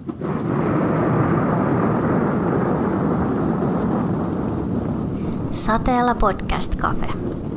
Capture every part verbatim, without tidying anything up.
Sateella Podcast Cafe.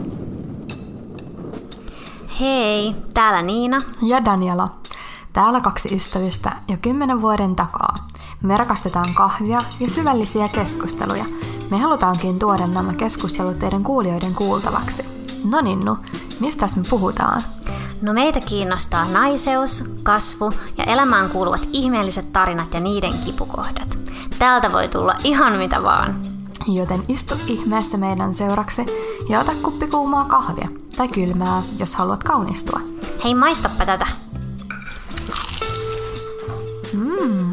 Hei, täällä Niina ja Daniela. Täällä kaksi ystävystä jo kymmenen vuoden takaa. Me rakastetaan kahvia ja syvällisiä keskusteluja. Me halutaankin tuoda nämä keskustelut teidän kuulijoiden kuultavaksi. No Ninnu, mistäs me puhutaan? No meitä kiinnostaa naiseus, kasvu ja elämään kuuluvat ihmeelliset tarinat ja niiden kipukohdat. Täältä voi tulla ihan mitä vaan. Joten istu ihmeessä meidän seuraksi ja ota kuppi kuumaa kahvia tai kylmää, jos haluat kaunistua. Hei, maistappa tätä. Mm.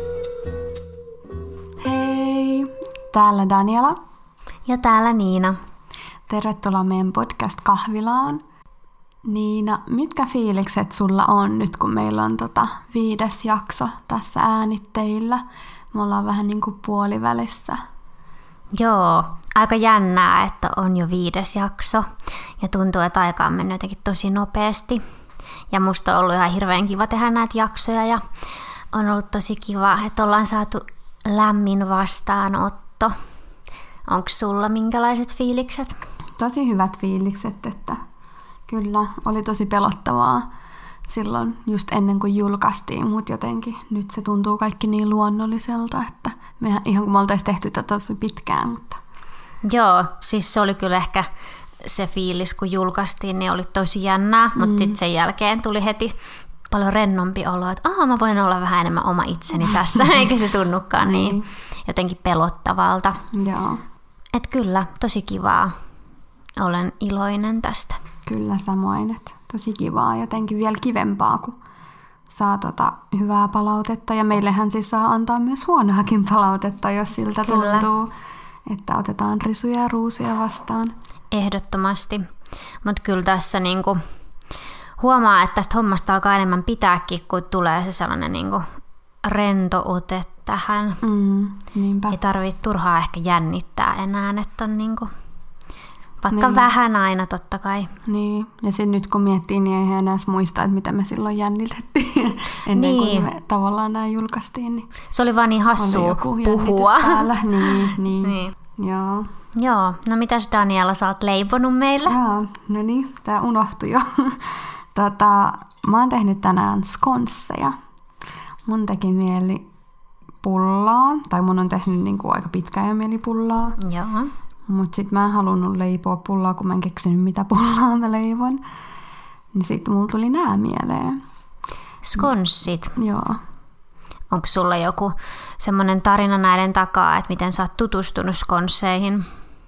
Hei, täällä Daniela. Ja täällä Niina. Tervetuloa meidän podcast-kahvilaan. Niina, mitkä fiilikset sulla on nyt, kun meillä on tota viides jakso tässä äänitteillä? Me ollaan vähän niin kuin puolivälissä. Joo, aika jännää, että on jo viides jakso ja tuntuu, että aika on mennyt jotenkin tosi nopeasti. Ja musta on ollut ihan hirveän kiva tehdä näitä jaksoja ja on ollut tosi kiva, että ollaan saatu lämmin vastaanotto. Onko sulla minkälaiset fiilikset? Tosi hyvät fiilikset, että kyllä oli tosi pelottavaa silloin just ennen kuin julkaistiin, mutta jotenkin nyt se tuntuu kaikki niin luonnolliselta, että mehän ihan kun me oltaisiin tehty tätä tosi pitkään. Mutta... Joo, siis se oli kyllä ehkä se fiilis, kun julkaistiin, niin oli tosi jännää, mm. mutta sitten sen jälkeen tuli heti paljon rennompi olo, että aha, mä voin olla vähän enemmän oma itseni tässä, eikä se tunnukaan niin, niin jotenkin pelottavalta. Joo. Et kyllä, tosi kivaa. Olen iloinen tästä. Kyllä samoin, että tosi kivaa, jotenkin vielä kivempaa, kun saa tota hyvää palautetta. Ja meillehän siis saa antaa myös huonoakin palautetta, jos siltä Kyllä. tuntuu, että otetaan risuja ja ruusuja vastaan. Ehdottomasti. Mutta kyllä tässä niinku huomaa, että tästä hommasta alkaa enemmän pitääkin, kun tulee se sellainen niinku rento ote tähän. Mm, niinpä. Ei tarvitse turhaa ehkä jännittää enää, että on niinku... Vaikka niin. vähän aina, totta kai. Niin, ja sitten nyt kun miettii, niin ei enää muista, että mitä me silloin jännitettiin ennen niin. kuin me tavallaan nämä julkaistiin. Niin se oli vaan niin hassua puhua. niin, niin. niin. Joo. Joo, no mitäs Daniela, sä oot leiponut meille? Joo, no niin, tää unohtui jo. tota, mä oon tehnyt tänään skonsseja. Mun teki mieli pullaa, tai mun on tehnyt niinku aika pitkään jo mieli pullaa. Joo. Mutta sitten mä en halunnut leipoa pullaa, kun mä en keksinyt, mitä pullaa mä leivon. Niin sitten mulla tuli nää mieleen. Skonssit. Joo. Onko sulla joku semmoinen tarina näiden takaa, että miten sä oot tutustunut skonsseihin?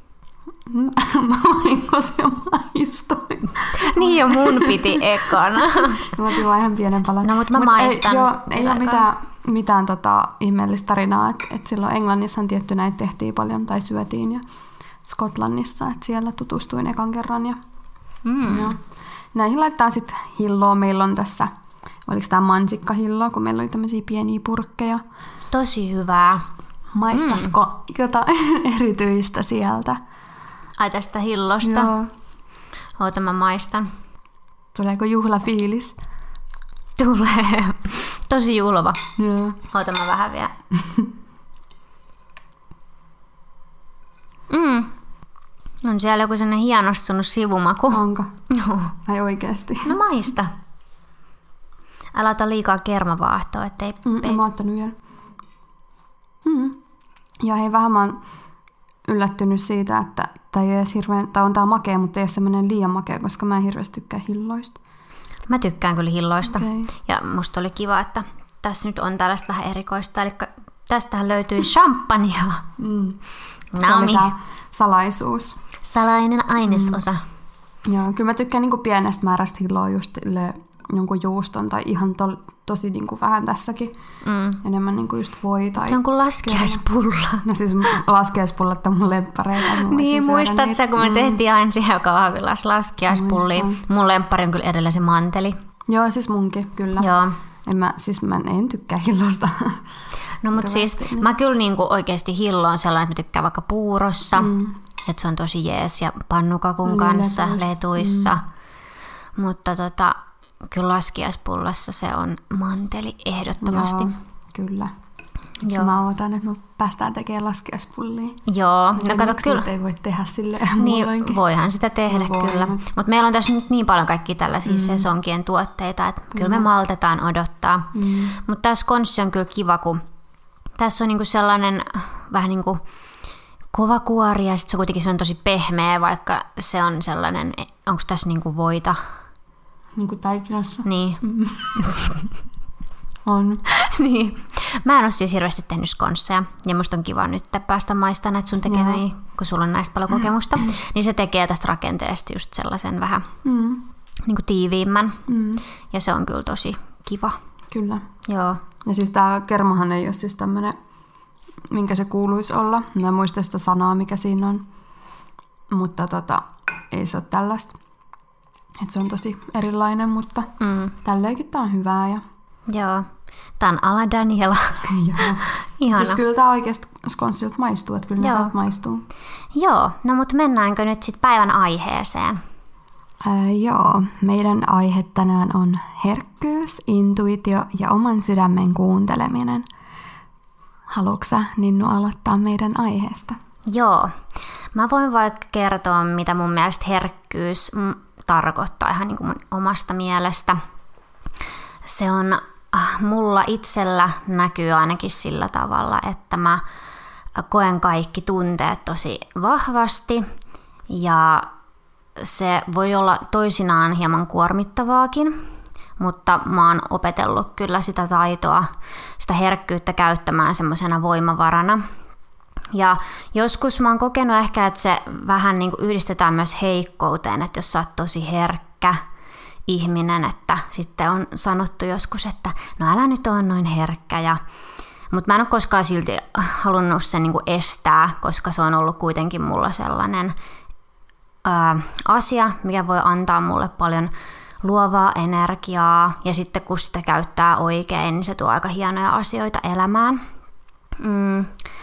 Mä olinko se maistoin. Niin jo mun piti ekana. Mä otin vaan ihan pienen palan. No mut mä Mut maistan. Ei, joo, ei ole mitään, mitään tota ihmeellistä tarinaa. Että et silloin Englannissa tietty näitä tehtiin paljon tai syötiin ja Skotlannissa, että siellä tutustuin ekan kerran. Ja, mm. ja näihin laittaa sitten hilloa. Meillä on tässä, oliko tämä mansikkahilloa, kun meillä oli tämmöisiä pieniä purkkeja. Tosi hyvää. Maistatko mm. jotain erityistä sieltä? Ai tästä hillosta? Joo. Oota, mä maistan. Tuleeko juhlafiilis? Tulee. Tosi julva. Joo. Oota, mä vähän vielä. Mm. On siellä joku sellainen hienostunut sivumaku. Onko? Joo. Ai oikeasti? No maista. Älä ota liikaa kermavaahtoa, ettei... Mm, en mä ottanut vielä. Mm. Ja hei, vähän mä oon yllättynyt siitä, että tää ei ole hirveän, tai on tää makea, mutta ei ole semmoinen liian makea, koska mä en hirveästi tykkää hilloista. Mä tykkään kyllä hilloista. Okay. Ja musta oli kiva, että tässä nyt on tällaista vähän erikoista. Eli tästähän löytyy champagnea. Mm. Se oli tää salaisuus. Salainen ainesosa. Mm. Joo, kyllä mä tykkään niinku pienestä määrästä hilloa just jonkun juuston tai ihan to, tosi niinku vähän tässäkin. Mm. Enemmän niinku just voi tai... Se on kuin laskiaispulla. No siis laskiaispullat on mun lemppareita. Niin, muistat sä, kun me mm. tehtiin aina siihen kahvilassa laskiaispullia. Mun lemppari on kyllä edelleen se manteli. Joo, siis munkin, kyllä. Joo. En mä, siis mä en tykkää hillosta. No mut siis niin. Mä kyllä niinku oikeesti hillo on sellainen, että mä tykkään vaikka puurossa. Mm. Että se on tosi jees ja pannukakun kanssa, letuissa. letuissa. Mm. Mutta tota, kyllä laskiaispullassa se on manteli ehdottomasti. Joo. Kyllä. Itse mä ootan, että me päästään tekemään laskiaispullia. Joo. No kato, kyllä. ei voi tehdä silleen niin, muulloinkin. Voihan sitä tehdä no, kyllä. Mutta meillä on tässä nyt niin paljon kaikkia tällaisia mm. sesonkien tuotteita, että kyllä, kyllä me maltetaan odottaa. Mm. Mutta tässä konssi on kyllä kiva, kun tässä on niinku sellainen vähän niin kuin kova kuori ja sitten se on kuitenkin sellainen tosi pehmeä, vaikka se on sellainen, onko tässä niinku voita? Niin kuin taikinassa. Niin. Mm. On. Niin. Mä en ole siis hirveästi tehnyt skonsseja ja musta on kiva nyt päästä maistamaan näitä sun tekemiä, kun sulla on näistä paljon kokemusta. Mm. Niin se tekee tästä rakenteesta just sellaisen vähän mm. niin kuin tiiviimmän mm. ja se on kyllä tosi kiva. Kyllä. Joo. Ja siis tää kermahan ei ole siis tämmönen, minkä se kuuluisi olla. Mä en muista sitä sanaa, mikä siinä on. Mutta tota, ei se ole tällaista. Et se on tosi erilainen, mutta mm. tälleenkin tää on hyvää. Ja... Joo. Tää on ala Daniela. Joo. Ihana. Siis kyllä tää oikeasti skonssilta maistuu, että kyllä Joo. ne maistuu. Joo, no mutta mennäänkö nyt sit päivän aiheeseen? Äh, joo, meidän aihe tänään on herkkyys, intuitio ja oman sydämen kuunteleminen. Haluatko sä, Ninnu, aloittaa meidän aiheesta? Joo, mä voin vaikka kertoa, mitä mun mielestä herkkyys tarkoittaa ihan niin kuin mun omasta mielestä. Se on, mulla itsellä näkyy ainakin sillä tavalla, että mä koen kaikki tunteet tosi vahvasti ja se voi olla toisinaan hieman kuormittavaakin, mutta mä oon opetellut kyllä sitä taitoa, sitä herkkyyttä käyttämään semmoisena voimavarana. Ja joskus mä oon kokenut ehkä, että se vähän niin kuin yhdistetään myös heikkouteen, että jos sä oot tosi herkkä ihminen, että sitten on sanottu joskus, että no älä nyt ole noin herkkä. Ja, mutta mä en ole koskaan silti halunnut sen niin kuin estää, koska se on ollut kuitenkin mulla sellainen ää, asia, mikä voi antaa mulle paljon luovaa energiaa. Ja sitten kun sitä käyttää oikein, niin se tuo aika hienoja asioita elämään. Mm.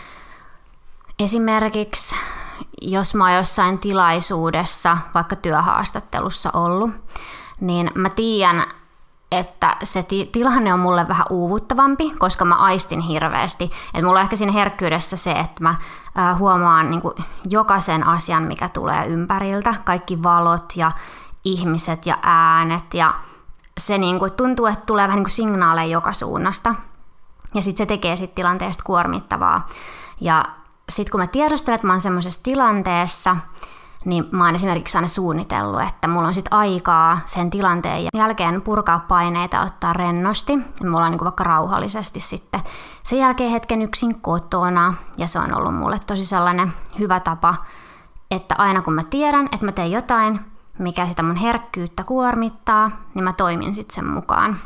Esimerkiksi jos mä oon jossain tilaisuudessa, vaikka työhaastattelussa ollut, niin mä tiedän, että se ti- tilanne on mulle vähän uuvuttavampi, koska mä aistin hirveästi. Et mulla on ehkä siinä herkkyydessä se, että mä ää, huomaan niin kuin jokaisen asian, mikä tulee ympäriltä, kaikki valot ja ihmiset ja äänet. Ja se niin kuin tuntuu, että tulee vähän niin kuin signaaleja joka suunnasta. Ja sitten se tekee sit tilanteesta kuormittavaa. Ja sitten kun mä tiedostan, että mä oon semmoisessa tilanteessa, niin mä oon esimerkiksi aina suunnitellut, että mulla on sit aikaa sen tilanteen jälkeen purkaa paineita, ottaa rennosti. Ja mulla on niin kuin vaikka rauhallisesti sitten sen jälkeen hetken yksin kotona. Ja se on ollut mulle tosi sellainen hyvä tapa, että aina kun mä tiedän, että mä teen jotain, mikä sitä mun herkkyyttä kuormittaa, niin mä toimin sitten sen mukaan.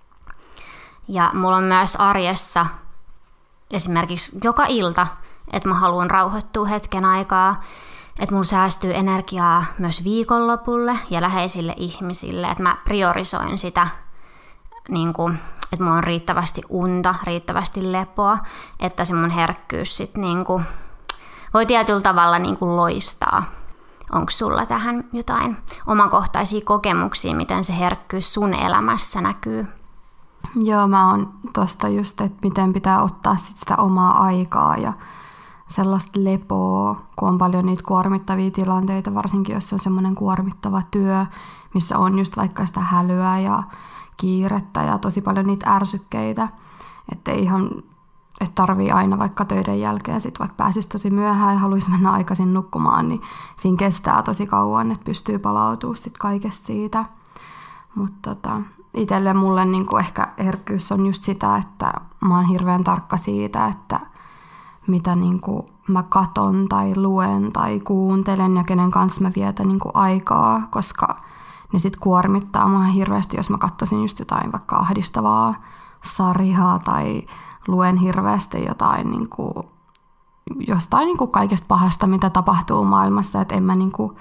Ja mulla on myös arjessa esimerkiksi joka ilta, että mä haluan rauhoittua hetken aikaa, että mun säästyy energiaa myös viikonlopulle ja läheisille ihmisille, että mä priorisoin sitä, niin kuin, että mulla on riittävästi unta, riittävästi lepoa, että se mun herkkyys sit niin kuin voi tietyllä tavalla niin kuin loistaa. Onko sulla tähän jotain omakohtaisia kokemuksia, miten se herkkyys sun elämässä näkyy? Joo, mä oon tosta just, että miten pitää ottaa sit sitä omaa aikaa ja sellaista lepoa, kun on paljon niitä kuormittavia tilanteita, varsinkin jos on semmoinen kuormittava työ, missä on just vaikka sitä hälyä ja kiirettä ja tosi paljon niitä ärsykkeitä, että ei ihan, että tarvii aina vaikka töiden jälkeen, sit vaikka pääsisi tosi myöhään ja haluaisi mennä aikaisin nukkumaan, niin siinä kestää tosi kauan, että pystyy palautumaan sit kaikesta siitä. Mutta tota, itselle mulle niinku ehkä herkkyys on just sitä, että mä oon hirveän tarkka siitä, että mitä niinku mä katon tai luen tai kuuntelen ja kenen kanssa mä vietän niinku aikaa, koska ne sit kuormittaa mua hirveästi, jos mä katsoisin just jotain vaikka ahdistavaa sarjaa tai luen hirveästi jotain niinku, jostain niinku kaikesta pahasta, mitä tapahtuu maailmassa, että en mä niinku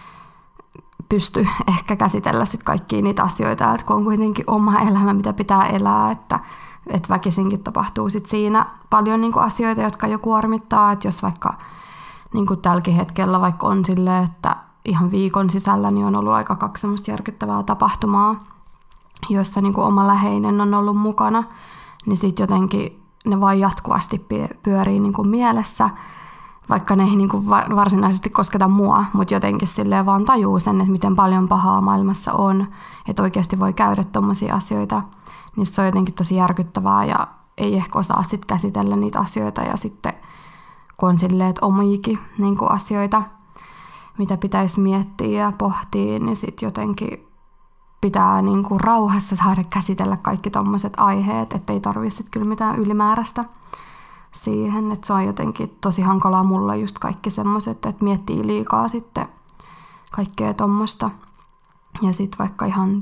pysty ehkä käsitellä sit kaikkia niitä asioita, että kun on kuitenkin oma elämä, mitä pitää elää, että et väkisinkin tapahtuu sit siinä paljon niinku asioita, jotka jo kuormittaa, että jos vaikka niinku tälläkin hetkellä vaikka on silleen, että ihan viikon sisällä niin on ollut aika kaksi semmoista järkyttävää tapahtumaa, joissa niinku oma läheinen on ollut mukana, niin sitten jotenkin ne vaan jatkuvasti pyörii niin kuin mielessä, vaikka ne ei niin kuin varsinaisesti kosketa mua, mutta jotenkin silleen vaan tajuu sen, että miten paljon pahaa maailmassa on, että oikeasti voi käydä tommosia asioita, niin se on jotenkin tosi järkyttävää ja ei ehkä osaa sitten käsitellä niitä asioita ja sitten kun on silleen, että omiikin niin kuin asioita, mitä pitäisi miettiä ja pohtia, niin sitten jotenkin pitää niin kuin rauhassa saada käsitellä kaikki tommoset aiheet, ettei tarvitse sitten kyllä mitään ylimääräistä siihen, että se on jotenkin tosi hankalaa mulla just kaikki semmoiset, että miettii liikaa sitten kaikkea tommosta. Ja sitten vaikka ihan,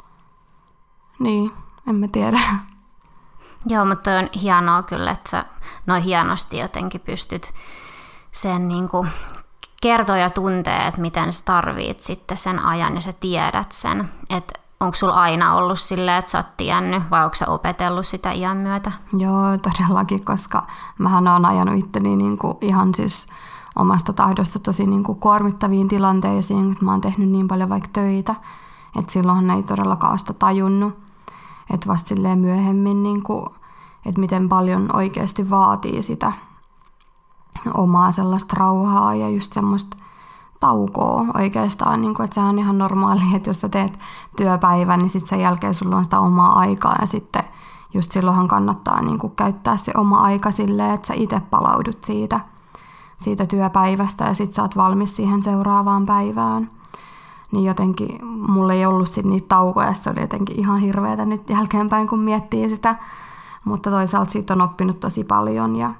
niin, en mä tiedä. Joo, mutta on hienoa kyllä, että sä noin hienosti jotenkin pystyt sen niin kuin kertoa ja tuntee, että miten sä tarvit sitten sen ajan ja sä tiedät sen. Että onko sulla aina ollut silleen, että sä oot tiennyt vai onko sä opetellut sitä iän myötä? Joo, todellakin, koska mähän oon ajanut itteni niin kuin ihan siis omasta tahdosta tosi niin kuin kuormittaviin tilanteisiin, kun mä oon tehnyt niin paljon vaikka töitä, että silloinhan ei todellakaan sitä tajunnut. Että vasta silleen myöhemmin, niin kuin, että miten paljon oikeasti vaatii sitä omaa sellaista rauhaa ja just semmoista taukoa oikeastaan. Niin kuin, että sehän on ihan normaali, että jos sä teet työpäivän, niin sitten sen jälkeen sulla on sitä omaa aikaa ja sitten just silloinhan kannattaa niin kuin käyttää se oma aika silleen, että sä itse palaudut siitä, siitä työpäivästä ja sitten sä oot valmis siihen seuraavaan päivään. Niin jotenkin mulla ei ollut sit niitä taukoja, se oli jotenkin ihan hirveätä nyt jälkeenpäin, kun miettii sitä. Mutta toisaalta siitä on oppinut tosi paljon ja,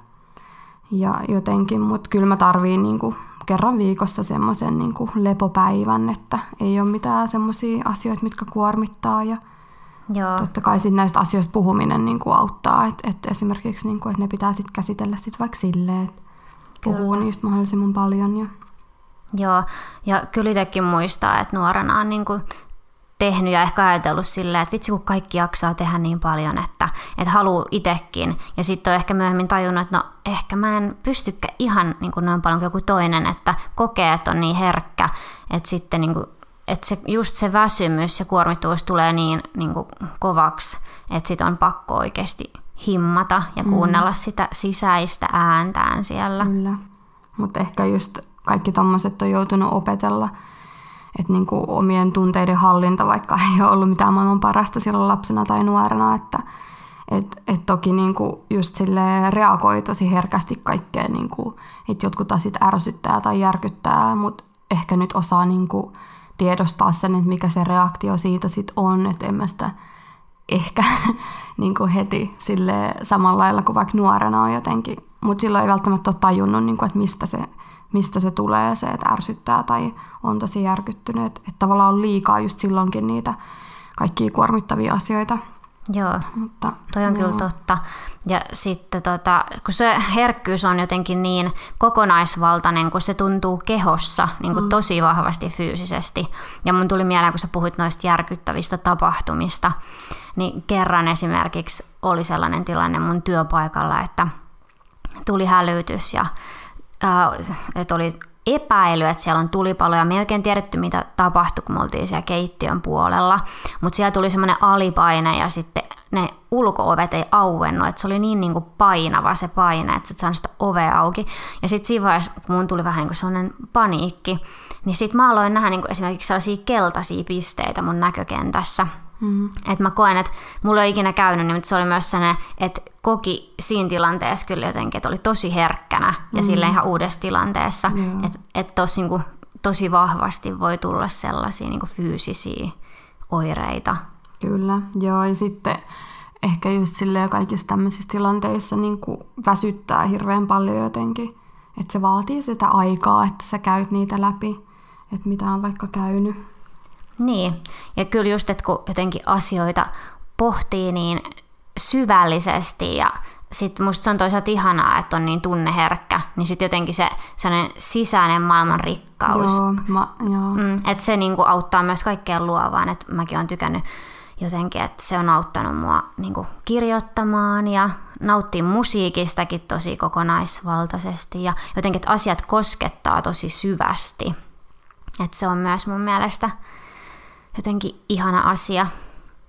ja jotenkin, mutta kyllä mä tarviin niinku kerran viikossa semmoisen niinku lepopäivän, että ei ole mitään semmoisia asioita, mitkä kuormittaa. Ja Joo. Totta kai sit näistä asioista puhuminen niinku auttaa, että et esimerkiksi niinku, että ne pitää sit käsitellä sit vaikka silleen, että puhuu niistä mahdollisimman paljon. Ja Joo, ja kyllä itsekin muistaa, että nuorena on niin kuin tehnyt ja ehkä ajatellut silleen, että vitsi kun kaikki jaksaa tehdä niin paljon, että, että haluaa itsekin. Ja sitten on ehkä myöhemmin tajunnut, että no ehkä mä en pystykään ihan niin kuin noin paljon kuin joku toinen, että kokee, että on niin herkkä, että sitten niin kuin, että se, just se väsymys ja kuormittuvuus tulee niin, niin kuin kovaksi, että sitten on pakko oikeasti himmata ja kuunnella mm. sitä sisäistä ääntään siellä. Kyllä, mutta ehkä just kaikki tommoset on joutunut opetella, että niinku omien tunteiden hallinta, vaikka ei ole ollut mitään maailman parasta silloin lapsena tai nuorena, että et, et toki niinku just silleen reagoi tosi herkästi kaikkeen, niinku, että jotkut asiat ärsyttää tai järkyttää, mutta ehkä nyt osaa niinku tiedostaa sen, että mikä se reaktio siitä sit on, että en mä sitä ehkä niinku heti silleen samalla lailla kuin vaikka nuorena on jotenkin, mutta silloin ei välttämättä ole tajunnut, niinku, että mistä se mistä se tulee se, että ärsyttää tai on tosi järkyttynyt. Että tavallaan on liikaa just silloinkin niitä kaikkia kuormittavia asioita. Joo, Mutta, toi on joo. kyllä totta. Ja sitten tota, kun se herkkyys on jotenkin niin kokonaisvaltainen, kun se tuntuu kehossa niin kuin mm. tosi vahvasti fyysisesti. Ja mun tuli mieleen, kun sä puhuit noista järkyttävistä tapahtumista, niin kerran esimerkiksi oli sellainen tilanne mun työpaikalla, että tuli hälytys ja että oli epäily, että siellä on tulipaloja. Me ei oikein tiedetty, mitä tapahtui, kun me oltiin siellä keittiön puolella. Mutta siellä tuli semmoinen alipaine ja sitten ne ulko-ovet ei auennut. Että se oli niin, niin kuin painava se paine, että sä et saanut sitä ovea auki. Ja sitten siinä vaiheessa, kun mun tuli vähän niin kuin sellainen paniikki, niin sitten mä aloin nähdä niin kuin esimerkiksi sellaisia keltaisia pisteitä mun näkökentässä. Mm. Että mä koen, että mulla ei ole ikinä käynyt, niin, mutta se oli myös sellainen, että koki siinä tilanteessa kyllä jotenkin, että oli tosi herkkänä ja mm. sille ihan uudessa tilanteessa, mm. että et tosi, niin kuin, tosi vahvasti voi tulla sellaisia niin kuin fyysisiä oireita. Kyllä, joo, ja sitten ehkä just silleen kaikissa tämmöisissä tilanteissa niin kuin väsyttää hirveän paljon jotenkin, että se vaatii sitä aikaa, että sä käyt niitä läpi, että mitä on vaikka käynyt. Niin, ja kyllä just, että kun jotenkin asioita pohtii niin syvällisesti ja sitten musta se on toisaalta ihanaa, että on niin tunneherkkä, niin sitten jotenkin se sellainen sisäinen maailman rikkaus, joo, ma, joo. Mm, että se niinku auttaa myös kaikkeen luovaan, että mäkin olen tykännyt jotenkin, että se on auttanut mua niinku kirjoittamaan ja nauttii musiikistakin tosi kokonaisvaltaisesti ja jotenkin, että asiat koskettaa tosi syvästi, että se on myös mun mielestä jotenkin ihana asia.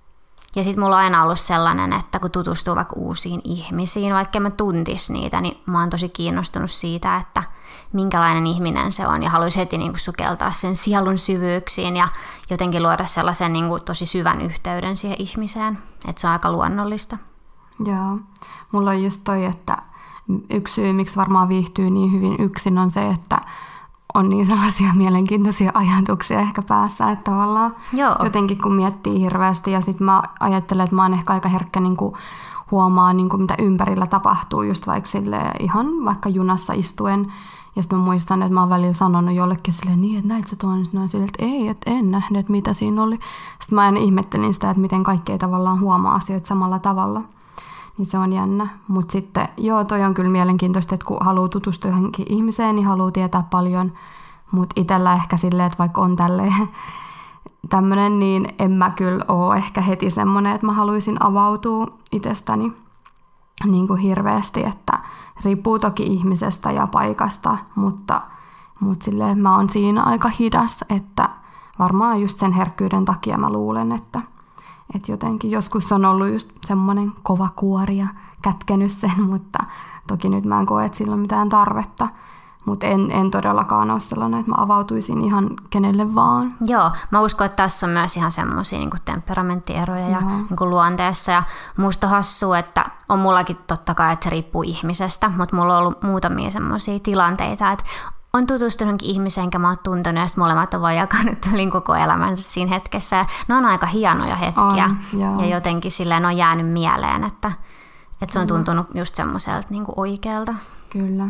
Ja sitten mulla on aina ollut sellainen, että kun tutustuu vaikka uusiin ihmisiin, vaikka mä tuntis niitä, niin mä oon tosi kiinnostunut siitä, että minkälainen ihminen se on. Ja haluaisin heti niin kuin sukeltaa sen sielun syvyyksiin ja jotenkin luoda sellaisen niin kuin tosi syvän yhteyden siihen ihmiseen. Että se on aika luonnollista. Joo. Mulla on just toi, että yksi syy, miksi varmaan viihtyy niin hyvin yksin, on se, että on niin sellaisia mielenkiintoisia ajatuksia ehkä päässä, että tavallaan Joo. jotenkin kun miettii hirveästi ja sitten mä ajattelen, että mä oon ehkä aika herkkä niin kuin huomaa, niin kuin mitä ympärillä tapahtuu, just vaikka silleen, ihan vaikka junassa istuen. Ja sitten mä muistan, että mä oon välillä sanonut jollekin silleen niin, että näit sä tuon, niin silleen, että ei, että en nähnyt, että mitä siinä oli. Sitten mä aina ihmettelin sitä, että miten kaikki ei tavallaan huomaa asioita samalla tavalla. Niin se on jännä. Mutta sitten, joo, toi on kyllä mielenkiintoista, että kun haluaa tutustua johonkin ihmiseen, niin haluaa tietää paljon. Mutta itsellä ehkä silleen, että vaikka on tälleen tämmöinen, niin en mä kyllä ole ehkä heti semmoinen, että mä haluaisin avautua itsestäni niin kuin hirveästi, että riippuu toki ihmisestä ja paikasta, mutta, mutta silleen mä oon siinä aika hidas, että varmaan just sen herkkyyden takia mä luulen, että Että jotenkin joskus on ollut just semmoinen kova kuori ja kätkenyt sen, mutta toki nyt mä en koe, että sillä on mitään tarvetta. Mutta en, en todellakaan ole sellainen, että mä avautuisin ihan kenelle vaan. Joo, mä uskon, että tässä on myös ihan semmoisia niin kuin temperamenttieroja ja niin kuin luonteessa. Ja musta hassua, että on mullakin totta kai, että se riippuu ihmisestä, mutta mulla on ollut muutamia semmoisia tilanteita, että on tutustunut ihmiseen, enkä mä oon tuntenut, ja sitten molemmat on vaan jakanut koko elämänsä siinä hetkessä. Ja ne on aika hienoja hetkiä, on, ja jotenkin silleen on jäänyt mieleen, että, että se on tuntunut just semmoiselta niin kuin oikealta. Kyllä.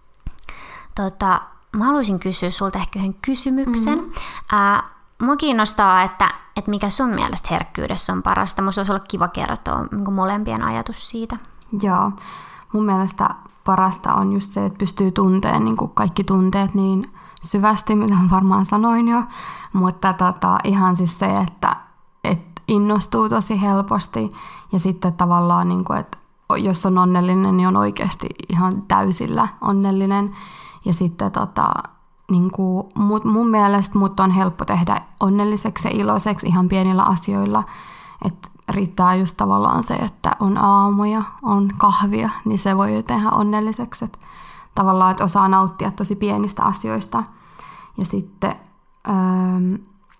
Tota, mä haluaisin kysyä sulta ehkä yhden kysymyksen. Mm-hmm. Ää, mua kiinnostaa, että, että mikä sun mielestä herkkyydessä on parasta. Musta olisi ollut kiva kertoa niin molempien ajatus siitä. Joo, mun mielestä parasta on just se, että pystyy tunteen niin kuin kaikki tunteet niin syvästi, mitä varmaan sanoin jo. Mutta tota, ihan siis se, että, että innostuu tosi helposti ja sitten tavallaan, niin kuin, että jos on onnellinen, niin on oikeasti ihan täysillä onnellinen. Ja sitten tota, niin kuin, mun mielestä mut on helppo tehdä onnelliseksi ja iloiseksi ihan pienillä asioilla. Että riittää just tavallaan se, että on aamu ja on kahvia, niin se voi jo tehdä onnelliseksi. Että tavallaan, että osaa nauttia tosi pienistä asioista. Ja sitten öö,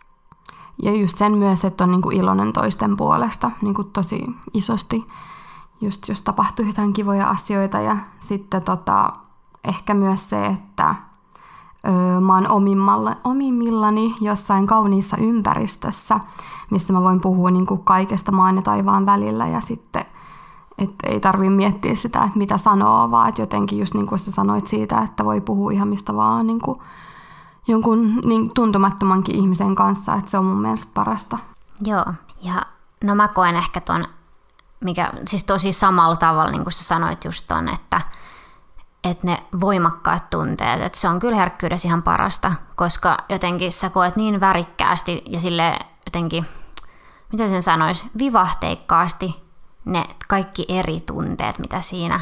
ja just sen myös, että on niin kuin iloinen toisten puolesta niin kuin tosi isosti. Just jos tapahtuu jotain kivoja asioita ja sitten tota, ehkä myös se, että öö, mä oon omimmillani jossain kauniissa ympäristössä, missä mä voin puhua niin kuin kaikesta maan ja taivaan välillä ja sitten että ei tarvitse miettiä sitä, että mitä sanoo, vaan että jotenkin just niin kuin sä sanoit siitä, että voi puhua ihan mistä vaan niin kuin jonkun niin tuntumattomankin ihmisen kanssa, että se on mun mielestä parasta. Joo, ja no mä koen ehkä ton, mikä siis tosi samalla tavalla, niin kuin sä sanoit just ton, että, että ne voimakkaat tunteet, että se on kyllä herkkyydessä ihan parasta, koska jotenkin sä koet niin värikkäästi ja sille jotenkin, miten sen sanoisi, vivahteikkaasti ne kaikki eri tunteet, mitä siinä,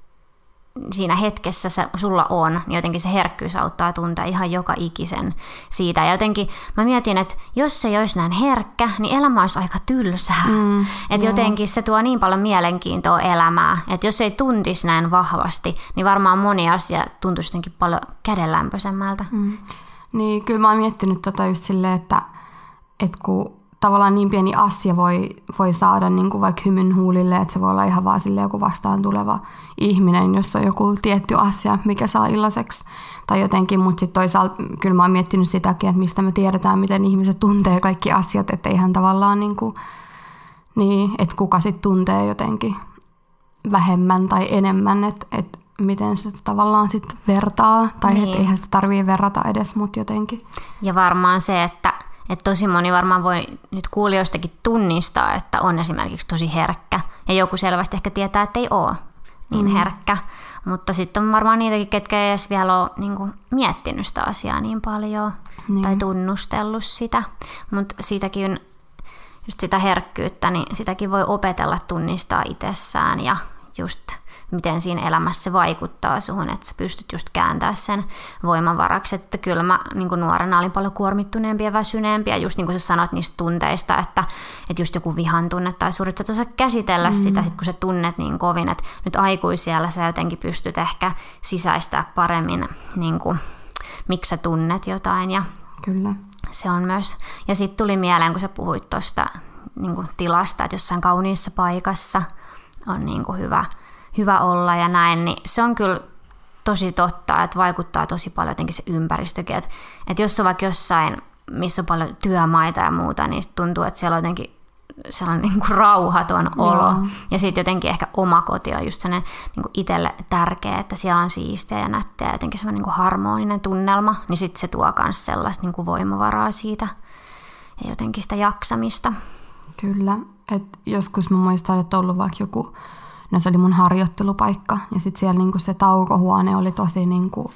siinä hetkessä sä, sulla on, niin jotenkin se herkkyys auttaa tuntea ihan joka ikisen siitä. Ja jotenkin mä mietin, että jos se ei olisi näin herkkä, niin elämä olisi aika tylsää. Mm, että jotenkin se tuo niin paljon mielenkiintoa elämää, että jos ei tuntisi näin vahvasti, niin varmaan moni asia tuntuisi jotenkin paljon kädenlämpöisemmältä. Mm. Niin, kyllä mä oon miettinyt tota just silleen, että, että kun tavallaan niin pieni asia voi, voi saada niin kuin vaikka hymyn huulille, että se voi olla ihan vaan silleen joku vastaan tuleva ihminen, jos on joku tietty asia, mikä saa iloiseksi tai jotenkin, mutta sitten toisaalta kyllä mä oon miettinyt sitäkin, että mistä me tiedetään, miten ihmiset tuntee kaikki asiat, että eihän tavallaan niin kuin, niin, että kuka sitten tuntee jotenkin vähemmän tai enemmän, että, että miten se tavallaan sitten vertaa, tai niin. Että eihän sitä tarvitse verrata edes, mutta jotenkin. Ja varmaan se, että Että tosi moni varmaan voi nyt kuulijoistakin tunnistaa, että on esimerkiksi tosi herkkä. Ja joku selvästi ehkä tietää, että ei ole niin mm. herkkä. Mutta sitten on varmaan niitäkin, ketkä ei edes vielä ole niin kuin miettinyt sitä asiaa niin paljon niin. Tai tunnustellut sitä. Mutta siitäkin, just sitä herkkyyttä, niin sitäkin voi opetella tunnistaa itsessään ja just miten siinä elämässä se vaikuttaa suhun, että sä pystyt just kääntämään sen voimavaraksi. Että kyllä mä niin kuin nuorena olin paljon kuormittuneempi ja väsyneempi, ja just niin kuin sä sanoit niistä tunteista, että, että just joku vihan tunne tai suru, että sä et osaa käsitellä mm. sitä, sit kun sä tunnet niin kovin, että nyt aikuisiellä sä jotenkin pystyt ehkä sisäistää paremmin, niin kuin, miksi sä tunnet jotain. Ja kyllä. Se on myös. Ja sitten tuli mieleen, kun sä puhuit tuosta niin kuin tilasta, että jossain kauniissa paikassa on niin kuin hyvä, hyvä olla ja näin, niin se on kyllä tosi totta, että vaikuttaa tosi paljon jotenkin se ympäristökin. Että, että jos on vaikka jossain, missä on paljon työmaita ja muuta, niin tuntuu, että siellä on jotenkin sellainen niin kuin rauhaton olo. Joo. Ja sitten jotenkin ehkä oma koti on just sellainen niin kuin itselle tärkeä, että siellä on siistiä ja nättiä ja jotenkin sellainen niin kuin harmoninen tunnelma, niin sitten se tuo myös sellaista niin kuin voimavaraa siitä ja jotenkin sitä jaksamista. Kyllä. Et joskus mä muistan, että on ollut vaikka joku, no se oli mun harjoittelupaikka, ja sitten siellä niin kuin se taukohuone oli tosi niin kuin,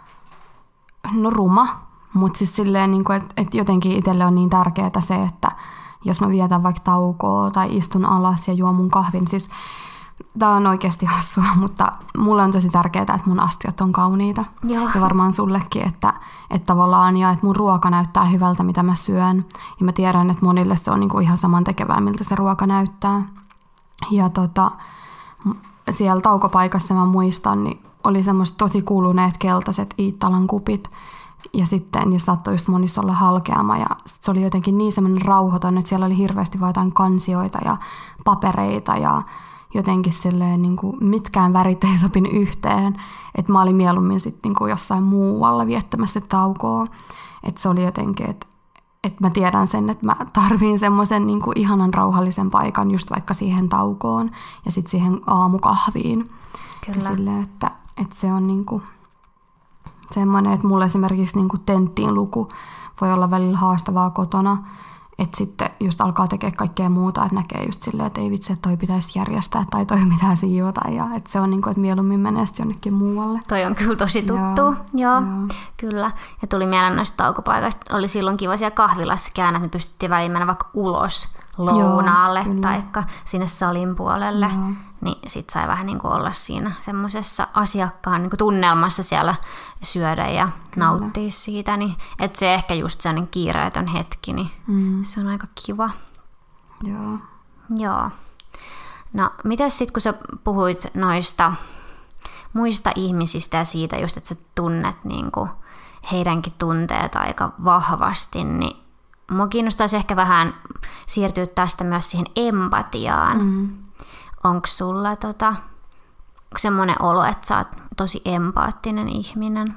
no ruma, mutta siis silleen, niin kuin, että, että jotenkin itselle on niin tärkeää se, että jos mä vietän vaikka taukoa tai istun alas ja juon mun kahvin, siis tää on oikeasti hassua, mutta mulle on tosi tärkeää, että mun astiat on kauniita. Joo. Ja varmaan sullekin, että, että tavallaan, ja että mun ruoka näyttää hyvältä, mitä mä syön. Ja mä tiedän, että monille se on niinku ihan samantekevää, miltä se ruoka näyttää. Ja tota, siellä taukopaikassa mä muistan, niin oli semmoiset tosi kuluneet keltaiset Iittalan kupit. Ja sitten, jos saattoi just monissa olla halkeama, ja se oli jotenkin niin semmoinen rauhaton, että siellä oli hirveästi vaan jotain kansioita ja papereita, ja jotenkin silleen, niin kuin mitkään värit ei sopinut yhteen, että mä olin mieluummin sitten niin kuin jossain muualla viettämässä taukoa. Että se oli jotenkin, että, että mä tiedän sen, että mä tarviin semmoisen niin kuin ihanan rauhallisen paikan just vaikka siihen taukoon ja sitten siihen aamukahviin. Kyllä. Ja silleen, että, että se on niin kuin semmoinen, että mulla esimerkiksi niin kuin tenttiin luku voi olla välillä haastavaa kotona, että sitten just alkaa tekemään kaikkea muuta, että näkee just silleen, että ei vitsi, että toi pitäisi järjestää tai toi pitää siivota. Ja että se on niin kuin, että mieluummin menee sitten jonnekin muualle. Toi on kyllä tosi tuttu. Joo, Joo, Joo. Kyllä. Ja tuli mieleen noista taukopaikoista. Oli silloin kiva siellä kahvilassa käydä, että me pystyttiin väliin mennä vaikka ulos lounaalle tai sinne salin puolelle. Joo. Niin sit sai vähän niin kuin olla siinä semmoisessa asiakkaan niin kuin tunnelmassa siellä syödä ja kyllä. nauttia siitä. Niin, että se ehkä just sellainen kiireetön hetki, niin mm. se on aika kiva. Joo. Joo. No, mitäs sitten kun sä puhuit noista muista ihmisistä ja siitä just, että sä tunnet niin kuin heidänkin tunteet aika vahvasti, niin mua kiinnostaisi ehkä vähän siirtyä tästä myös siihen empatiaan. Mm. Onko sulla tota, semmoinen olo, että sä oot tosi empaattinen ihminen?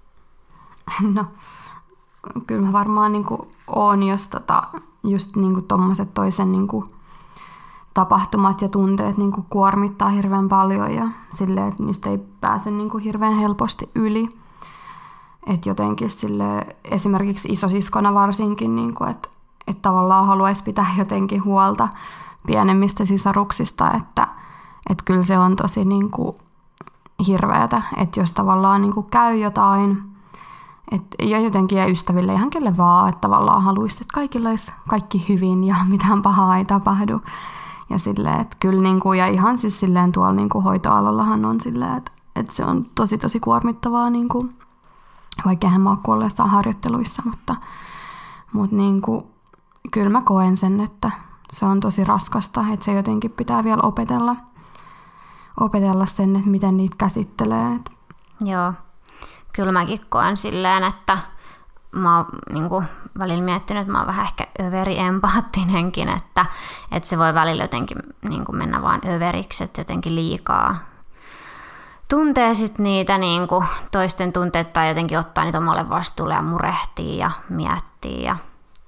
No, kyllä mä varmaan niinku oon, jos tota, just niinku tommoset toisen niinku tapahtumat ja tunteet niinku kuormittaa hirveän paljon ja silleen, että niistä ei pääse niinku hirveän helposti yli. Että jotenkin sille esimerkiksi isosiskona varsinkin, niinku, että et tavallaan haluaisi pitää jotenkin huolta pienemmistä sisaruksista, että et kyllä se on tosi niinku hirveätä, että jos tavallaan niinku käy jotain, et, ja jotenkin ja ystäville ihan kelle vaan, että tavallaan haluaisi, että kaikilla olisi kaikki hyvin ja mitään pahaa ei tapahdu. Ja silleen, että kyllä niinku, ja ihan siis silleen tuolla niinku hoitoalallahan on silleen, että, että se on tosi tosi kuormittavaa, niinku, vaikka eihän mä ole kuolleessaan harjoitteluissa, mutta, mutta niinku, kyllä mä koen sen, että se on tosi raskasta, että se jotenkin pitää vielä opetella, opetella sen, että miten niitä käsittelee. Joo, kyllä mäkin koen silleen, että mä oon niin kuin välillä miettinyt, että mä oon vähän ehkä överi-empaattinenkin, että, että se voi välillä jotenkin niin kuin mennä vaan överiksi, että jotenkin liikaa tuntee sit niitä niin kuin toisten tunteita tai jotenkin ottaa niitä omalle vastuulle ja murehtii ja miettii ja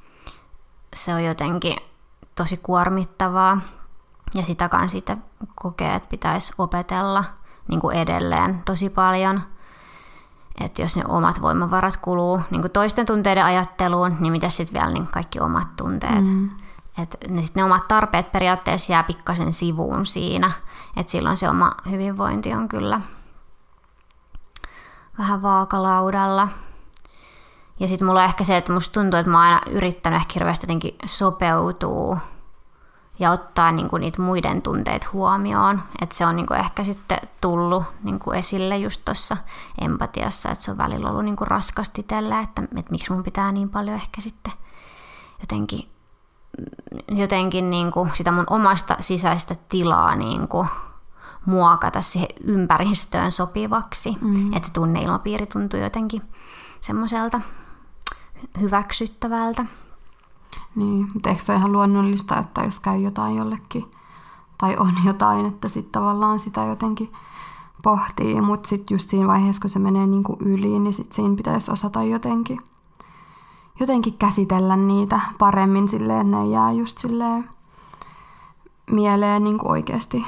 se on jotenkin tosi kuormittavaa ja sitä kanssa sitten kokee, että pitäisi opetella niin kuin edelleen tosi paljon. Että jos ne omat voimavarat kuluu niin kuin toisten tunteiden ajatteluun, niin mitä sitten vielä niin kaikki omat tunteet. Mm. Että ne, sit ne omat tarpeet periaatteessa jää pikkasen sivuun siinä. Että silloin se oma hyvinvointi on kyllä vähän vaakalaudalla. Ja sitten mulla on ehkä se, että musta tuntuu, että mä oon aina yrittänyt ehkä hirveästi jotenkin sopeutua ja ottaa niin kuin niitä muiden tunteita huomioon. Että se on niin kuin ehkä sitten tullut niin kuin esille just tuossa empatiassa, että se on välillä ollut niin kuin raskasti tällä, että, että miksi mun pitää niin paljon ehkä sitten jotenkin, jotenkin niin kuin sitä mun omasta sisäistä tilaa niin kuin muokata siihen ympäristöön sopivaksi. Mm. Että se tunneilmapiiri tuntuu jotenkin semmoiselta hyväksyttävältä. Niin, mutta eikö se ole ihan luonnollista, että jos käy jotain jollekin, tai on jotain, että sitten tavallaan sitä jotenkin pohtii, mutta sitten just siinä vaiheessa, kun se menee niinku yli, niin sitten siinä pitäisi osata jotenkin, jotenkin käsitellä niitä paremmin silleen, että ne jää just silleen mieleen niinku oikeasti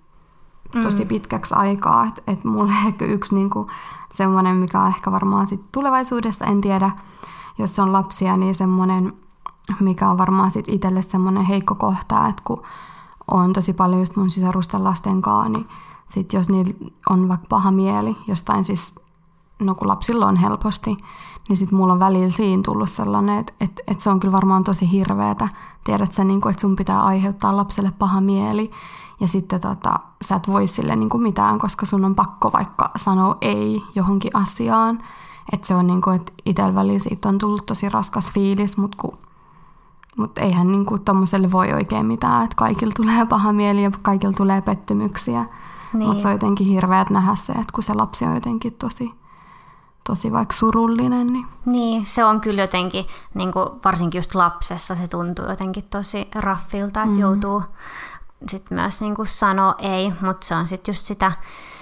tosi pitkäksi aikaa. Että et mulle ehkä yksi niinku semmoinen, mikä on ehkä varmaan sit tulevaisuudessa, en tiedä, jos on lapsia, niin semmoinen, mikä on varmaan sit itselle semmoinen heikko kohta, että kun on tosi paljon just mun sisarusten lasten kanssa, niin sit jos niillä on vaikka paha mieli jostain, siis no kun lapsilla on helposti, niin sit mulla on välillä siinä tullut sellainen, että et, et se on kyllä varmaan tosi hirveetä. Tiedät sä, niin että sun pitää aiheuttaa lapselle paha mieli ja sitten tota, sä et voi sille niin kuin mitään, koska sun on pakko vaikka sanoa ei johonkin asiaan. Että se on niin kuin, että itsellä välillä siitä on tullut tosi raskas fiilis, mutta kun Mut eihän niinku tommoselle voi oikein mitään, että kaikilla tulee paha mieli ja kaikilla tulee pettymyksiä. Niin. Mutta se on jotenkin hirveät nähdä se, että kun se lapsi on jotenkin tosi, tosi vaikka surullinen. Niin, niin se on kyllä jotenkin, niin kuin varsinkin just lapsessa se tuntuu jotenkin tosi raffilta, että mm. joutuu sit myös niin kuin sanoa ei, mutta se on sitten just sitä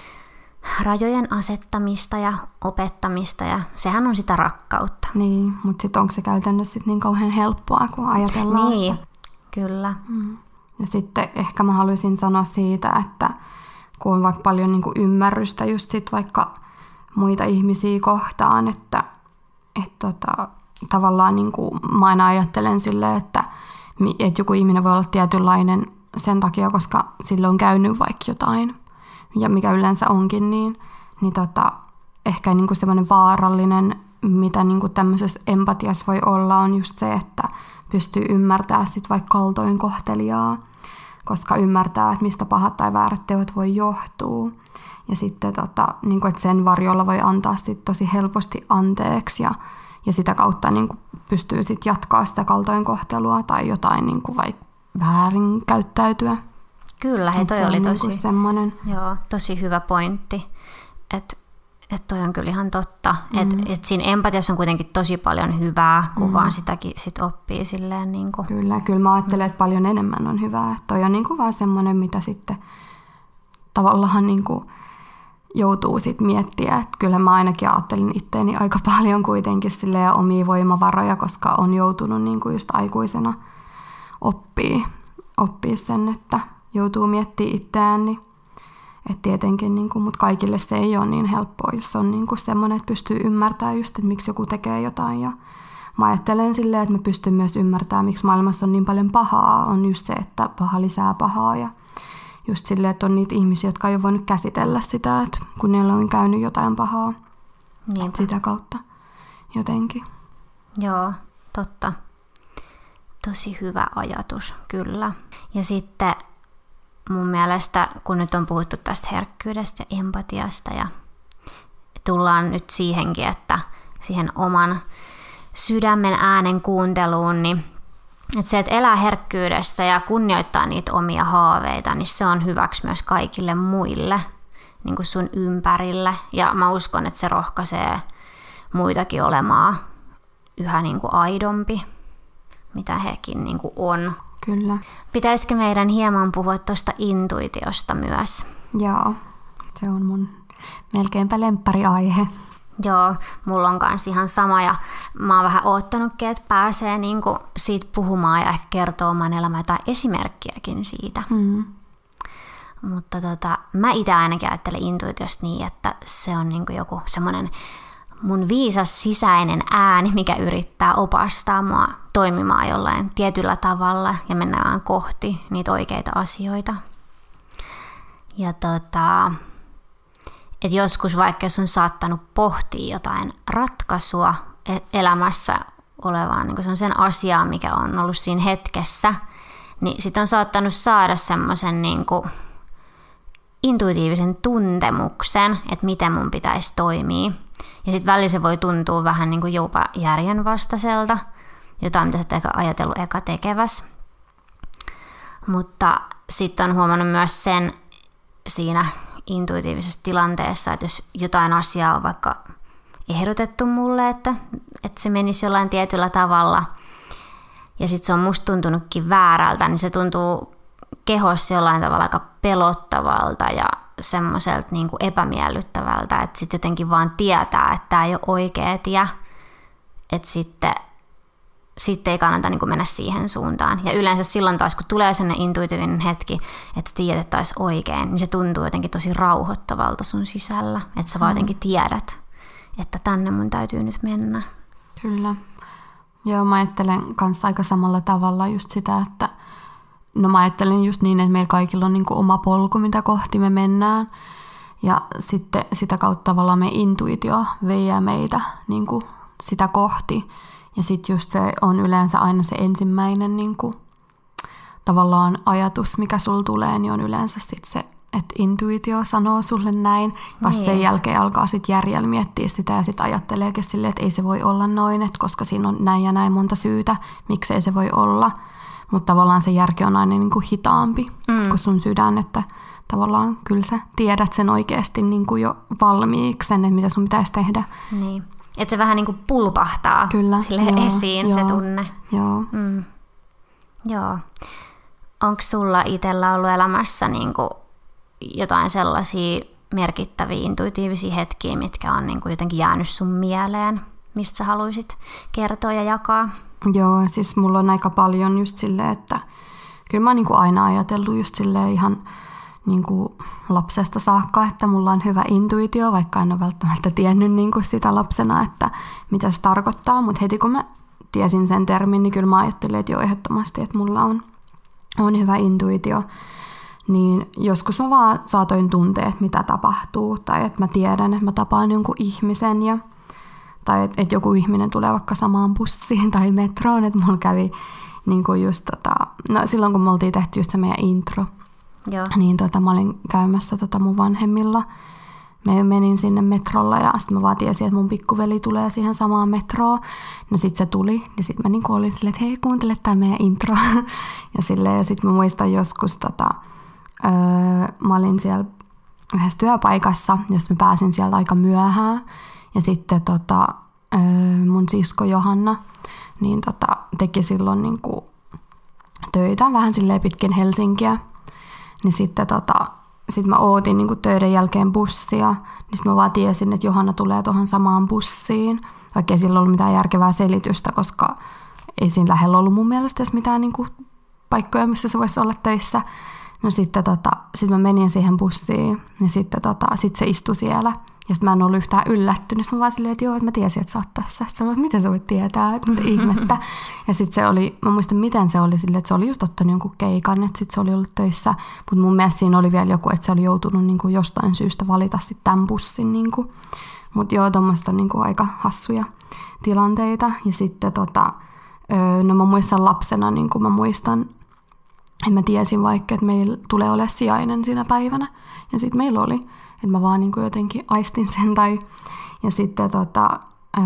rajojen asettamista ja opettamista ja sehän on sitä rakkautta. Niin, mutta sitten onko se käytännössä sit niin kauhean helppoa, kun ajatellaan? Niin, että... kyllä. Mm. Ja sitten ehkä mä haluaisin sanoa siitä, että kun on vaikka paljon niin kuin ymmärrystä just sit vaikka muita ihmisiä kohtaan, että, että tota, tavallaan niin kuin mä aina ajattelen silleen, että, että joku ihminen voi olla tietynlainen sen takia, koska sille on käynyt vaikka jotain, ja mikä yleensä onkin, niin, niin tota, ehkä niinku semmoinen vaarallinen, mitä niinku tämmöisessä empatiassa voi olla, on just se, että pystyy ymmärtämään sit vaikka kaltoinkohtelijaa, koska ymmärtää, että mistä pahat tai väärät teot voi johtua. Ja sitten tota, niinku, että sen varjolla voi antaa sit tosi helposti anteeksi ja, ja sitä kautta niinku pystyy sit jatkaa sitä kaltoinkohtelua tai jotain niinku vaikka väärin käyttäytyä. Kyllä, hei, toi oli tosi, semmoinen. Joo, tosi hyvä pointti, että et toi on kyllä ihan totta, mm. että et siinä empatiassa on kuitenkin tosi paljon hyvää, kun mm. vaan sitäkin sit oppii silleen. Niin kuin. Kyllä, kyllä mä ajattelen, että paljon enemmän on hyvää. Toi on niin kuin vaan semmoinen, mitä sitten tavallaan niin kuin joutuu sit miettimään. Että kyllä mä ainakin ajattelin itteeni aika paljon kuitenkin silleen omia voimavaroja, koska on joutunut niin kuin just aikuisena oppii, oppii sen, että joutuu miettimään itseään, niin että tietenkin, niin kuin, mutta kaikille se ei ole niin helppoa, jos on niin kuin semmoinen, että pystyy ymmärtämään just, että miksi joku tekee jotain. Ja mä ajattelen silleen, että mä pystyn myös ymmärtämään, miksi maailmassa on niin paljon pahaa. On just se, että paha lisää pahaa ja just silleen, että on niitä ihmisiä, jotka ei ole voinut käsitellä sitä, että kun niillä on käynyt jotain pahaa. Niinpä. Sitä kautta jotenkin. Joo, totta. Tosi hyvä ajatus, kyllä. Ja sitten mun mielestä, kun nyt on puhuttu tästä herkkyydestä ja empatiasta ja tullaan nyt siihenkin, että siihen oman sydämen äänen kuunteluun, niin että se, että elää herkkyydessä ja kunnioittaa niitä omia haaveita, niin se on hyväksi myös kaikille muille niin kuin sun ympärille. Ja mä uskon, että se rohkaisee muitakin olemaan yhä niin kuin aidompi, mitä hekin niin kuin on. Kyllä. Pitäisikö meidän hieman puhua tuosta intuitiosta myös? Joo, se on mun melkeinpä lemppariaihe. Joo, mulla on kans ihan sama ja mä oon vähän oottanutkin, että pääsee niinku siitä puhumaan ja ehkä kertoo oman elämän jotain esimerkkiäkin siitä. Mm. Mutta tota, mä itse ainakin ajattelen intuitiosta niin, että se on niinku joku semmoinen mun viisas sisäinen ääni, mikä yrittää opastaa mua toimimaan jollain tietyllä tavalla ja mennään kohti niitä oikeita asioita. Ja tota, et joskus vaikka jos on saattanut pohtia jotain ratkaisua elämässä olevaan niin sen asiaan, mikä on ollut siinä hetkessä, niin sit on saattanut saada semmoisen niinku intuitiivisen tuntemuksen, että miten mun pitäisi toimia. Ja sitten välillä se voi tuntua vähän niin kuin jopa järjenvastaiselta, jotain mitä sä oot ehkä ajatellut eka tekeväs. Mutta sitten on huomannut myös sen siinä intuitiivisessa tilanteessa, että jos jotain asiaa on vaikka ehdotettu mulle, että, että se menisi jollain tietyllä tavalla, ja sitten se on musta tuntunutkin väärältä, niin se tuntuu kehossa jollain tavalla aika pelottavalta ja semmoiselta niin kuin epämiellyttävältä, että sitten jotenkin vaan tietää, että tämä ei ole oikea tie, että sitten, sitten ei kannata niin kuin mennä siihen suuntaan. Ja yleensä silloin taas, kun tulee sellainen intuitiivinen hetki, että tiedät, että olisi oikein, niin se tuntuu jotenkin tosi rauhoittavalta sun sisällä, että sä vaan jotenkin tiedät, että tänne mun täytyy nyt mennä. Kyllä. Joo, mä ajattelen kanssa aika samalla tavalla just sitä, että no mä ajattelen just niin, että meillä kaikilla on niin kuin oma polku, mitä kohti me mennään. Ja sitten sitä kautta tavallaan me intuitio veijää meitä niin kuin sitä kohti. Ja sitten just se on yleensä aina se ensimmäinen niin kuin, tavallaan ajatus, mikä sulla tulee, niin on yleensä sitten se, että intuitio sanoo sulle näin. Vasta sen jälkeen alkaa sitten järjellä miettiä sitä ja sitten ajatteleekin silleen, että ei se voi olla noin, että koska siinä on näin ja näin monta syytä, miksei se voi olla. Mutta tavallaan se järki on aina niin kuin hitaampi mm. kuin sun sydän, että tavallaan kyllä sä tiedät sen oikeasti niin kuin jo valmiiksi, sen, että mitä sun pitäisi tehdä. Niin. Että se vähän niin kuin pulpahtaa kyllä, silleen joo, esiin joo, se tunne. Joo. Mm. Joo. Onko sulla itsellä ollut elämässä niin kuin jotain sellaisia merkittäviä intuitiivisia hetkiä, mitkä on niin kuin jotenkin jäänyt sun mieleen, mistä sä haluaisit kertoa ja jakaa? Joo, siis mulla on aika paljon just silleen, että kyllä mä oon niin kuin aina ajatellut just silleen ihan niin kuin lapsesta saakka, että mulla on hyvä intuitio, vaikka en ole välttämättä tiennyt niin kuin sitä lapsena, että mitä se tarkoittaa, mutta heti kun mä tiesin sen termin, niin kyllä mä ajattelin, että joo ehdottomasti, että mulla on, on hyvä intuitio. Niin joskus mä vaan saatoin tuntea, että mitä tapahtuu, tai että mä tiedän, että mä tapaan jonkun ihmisen, ja, tai että, että joku ihminen tulee vaikka samaan bussiin tai metroon, että mulla kävi niin kuin just tota, no silloin kun me oltiin tehty just se meidän intro, Joo. niin tota, mä olin käymässä tota mun vanhemmilla. Mä menin sinne metrolla ja sitten mä vaan tiesin, että mun pikkuveli tulee siihen samaan metroon. No sit se tuli ja sit mä niinku olin silleen, että hei kuuntele tää meidän intro. ja silleen, ja sit mä muistan joskus, tota, öö, mä olin siellä yhdessä työpaikassa ja sit mä pääsin sieltä aika myöhään. Ja sitten tota, öö, mun sisko Johanna niin tota, teki silloin niinku töitä vähän silleen pitkin Helsinkiä. Niin sitten tota, sit mä ootin niinku töiden jälkeen bussia, niin sit mä vaan tiesin, että Johanna tulee tuohon samaan bussiin, vaikka ei sillä ollut mitään järkevää selitystä, koska ei siinä lähellä ollut mun mielestä edes mitään niinku paikkoja, missä se voisi olla töissä. No sitten tota, sit mä menin siihen bussiin, ja sitten tota, sit se istui siellä, ja sitten mä en ollut yhtään yllättynyt. Sitten mä vaan silleen, että joo, että mä tiesin, että sä oot tässä. Sitten mä, että miten sä voit tietää, että mitä ihmettä. Ja sitten se oli, mä muistan miten se oli silleen, että se oli just ottanut jonkun keikan, että sitten se oli ollut töissä. Mutta mun mielestä siinä oli vielä joku, että se oli joutunut niin kuin jostain syystä valita sitten tämän bussin. Niin mutta joo, tuommoista on niin kuin aika hassuja tilanteita. Ja sitten tota, no mä muistan lapsena, niin kuin mä muistan, että mä tiesin vaikka, että meillä tulee olemaan sijainen siinä päivänä. Ja sitten meillä oli. Että mä vaan niin kuin jotenkin aistin sen. Tai... Ja sitten tota, öö,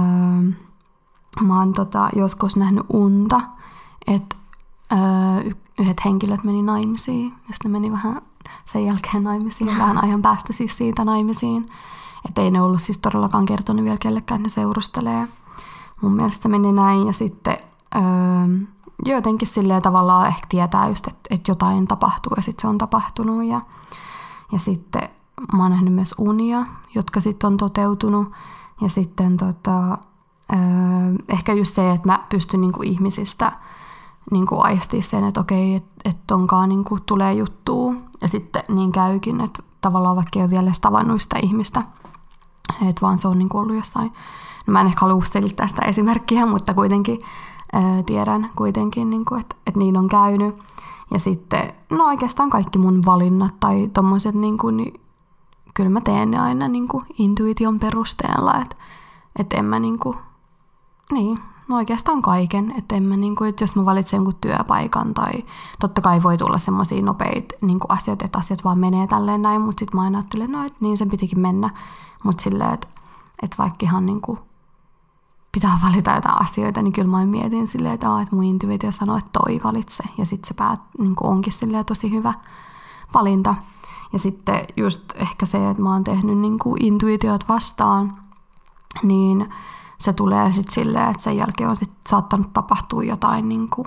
mä oon tota, joskus nähnyt unta, että öö, yhdet henkilöt meni naimisiin. Ja sitten ne meni vähän sen jälkeen naimisiin, vähän ajan päästä siis siitä naimisiin. Että ei ne ollut siis todellakaan kertonut vielä kellekään, että ne seurustelee. Mun mielestä se meni näin. Ja sitten öö, jotenkin silleen tavallaan ehkä tietää just, että, että jotain tapahtuu ja sitten se on tapahtunut. Ja, ja sitten mä oon nähnyt myös unia, jotka sitten on toteutunut. Ja sitten tota, öö, ehkä just se, että mä pystyn niinku ihmisistä niinku aistimaan sen, että okei, että et tonkaan niinku tulee juttua. Ja sitten niin käykin, että tavallaan vaikka ei ole vielä edes tavannut sitä ihmistä, että vaan se on niinku ollut jossain. No mä en ehkä halua selittää sitä esimerkkiä, mutta kuitenkin öö, tiedän kuitenkin, niinku, että et niin on käynyt. Ja sitten, no oikeastaan kaikki mun valinnat tai tommoset niinku, niin kyllä mä teen ne aina niin kuin intuition perusteella, että et en mä niin kuin, niin, no oikeastaan kaiken. Että en mä niinku, että jos mä valitsen jonkun työpaikan tai totta kai voi tulla semmoisia nopeita niinku asioita, että asiat vaan menee tälleen näin, mutta sit mä aina ajattelin, että no, et niin sen pitikin mennä. Mutta silleen, että et vaikka ihan niinku pitää valita jotain asioita, niin kyllä mä mietin silleen, että, että mun intuitio sanoo, että toi valitse. Ja sitten se päät, niinku onkin silleen tosi hyvä valinta. Ja sitten just ehkä se, että mä oon tehnyt niinku intuitiot vastaan, niin se tulee sitten silleen, että sen jälkeen on sit saattanut tapahtua jotain niinku,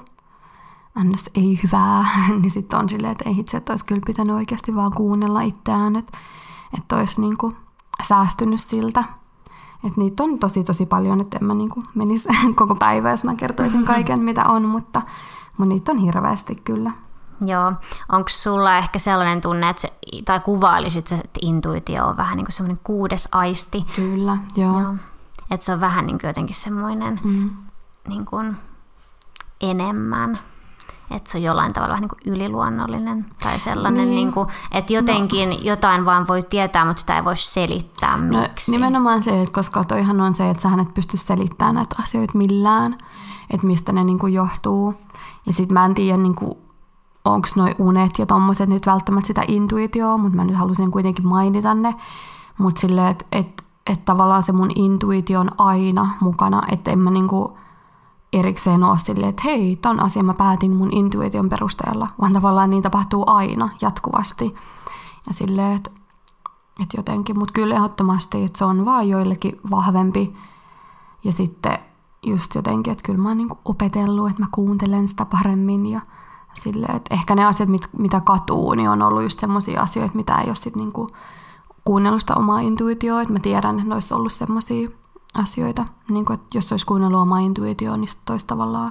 ns. Ei hyvää, niin sitten on silleen, että ei itse, että olisi kyllä pitänyt oikeasti vaan kuunnella itseään, että, että olisi niinku säästynyt siltä. Että niitä on tosi tosi paljon, että en mä niinku menisi koko päivä, jos mä kertoisin kaiken, mitä on, mutta, mutta niitä on hirveästi kyllä. Joo. Onko sulla ehkä sellainen tunne, että se, tai kuvailisit, että intuitio on vähän niin kuin semmoinen kuudes aisti? Kyllä, joo. joo. Että se on vähän niin kuin jotenkin semmoinen mm. niin kuin enemmän. Että se on jollain tavalla vähän niin kuin yliluonnollinen tai sellainen, niin. Niin kuin, että jotenkin no. jotain vaan voi tietää, mutta sitä ei voi selittää miksi. No, nimenomaan se, että koska toihan on se, että sä et pysty selittämään näitä asioita millään, että mistä ne niin kuin johtuu. Ja sit mä en tiedä, niin kuin, onko noi unet ja tommoset nyt välttämättä sitä intuitioa, mutta mä nyt halusin kuitenkin mainita ne. Mutta silleen, että et, et tavallaan se mun intuitio on aina mukana, että en mä niinku erikseen ole silleen, että hei, ton asian mä päätin mun intuition perusteella, vaan tavallaan niin tapahtuu aina jatkuvasti. Ja silleen, että et jotenkin, mutta kyllä ehdottomasti, että se on vaan joillekin vahvempi. Ja sitten just jotenkin, että kyllä mä oon niinku opetellut, että mä kuuntelen sitä paremmin ja silleen, että ehkä ne asiat, mit, mitä katuu, niin on ollut just semmosia asioita, mitä ei ole sit niinku kuunnellut sitä omaa intuitioa, että mä tiedän, että ne olisi ollut semmosia asioita, niin kuin, että jos olisi kuunnellut omaa intuitioon, niin sitten olisi tavallaan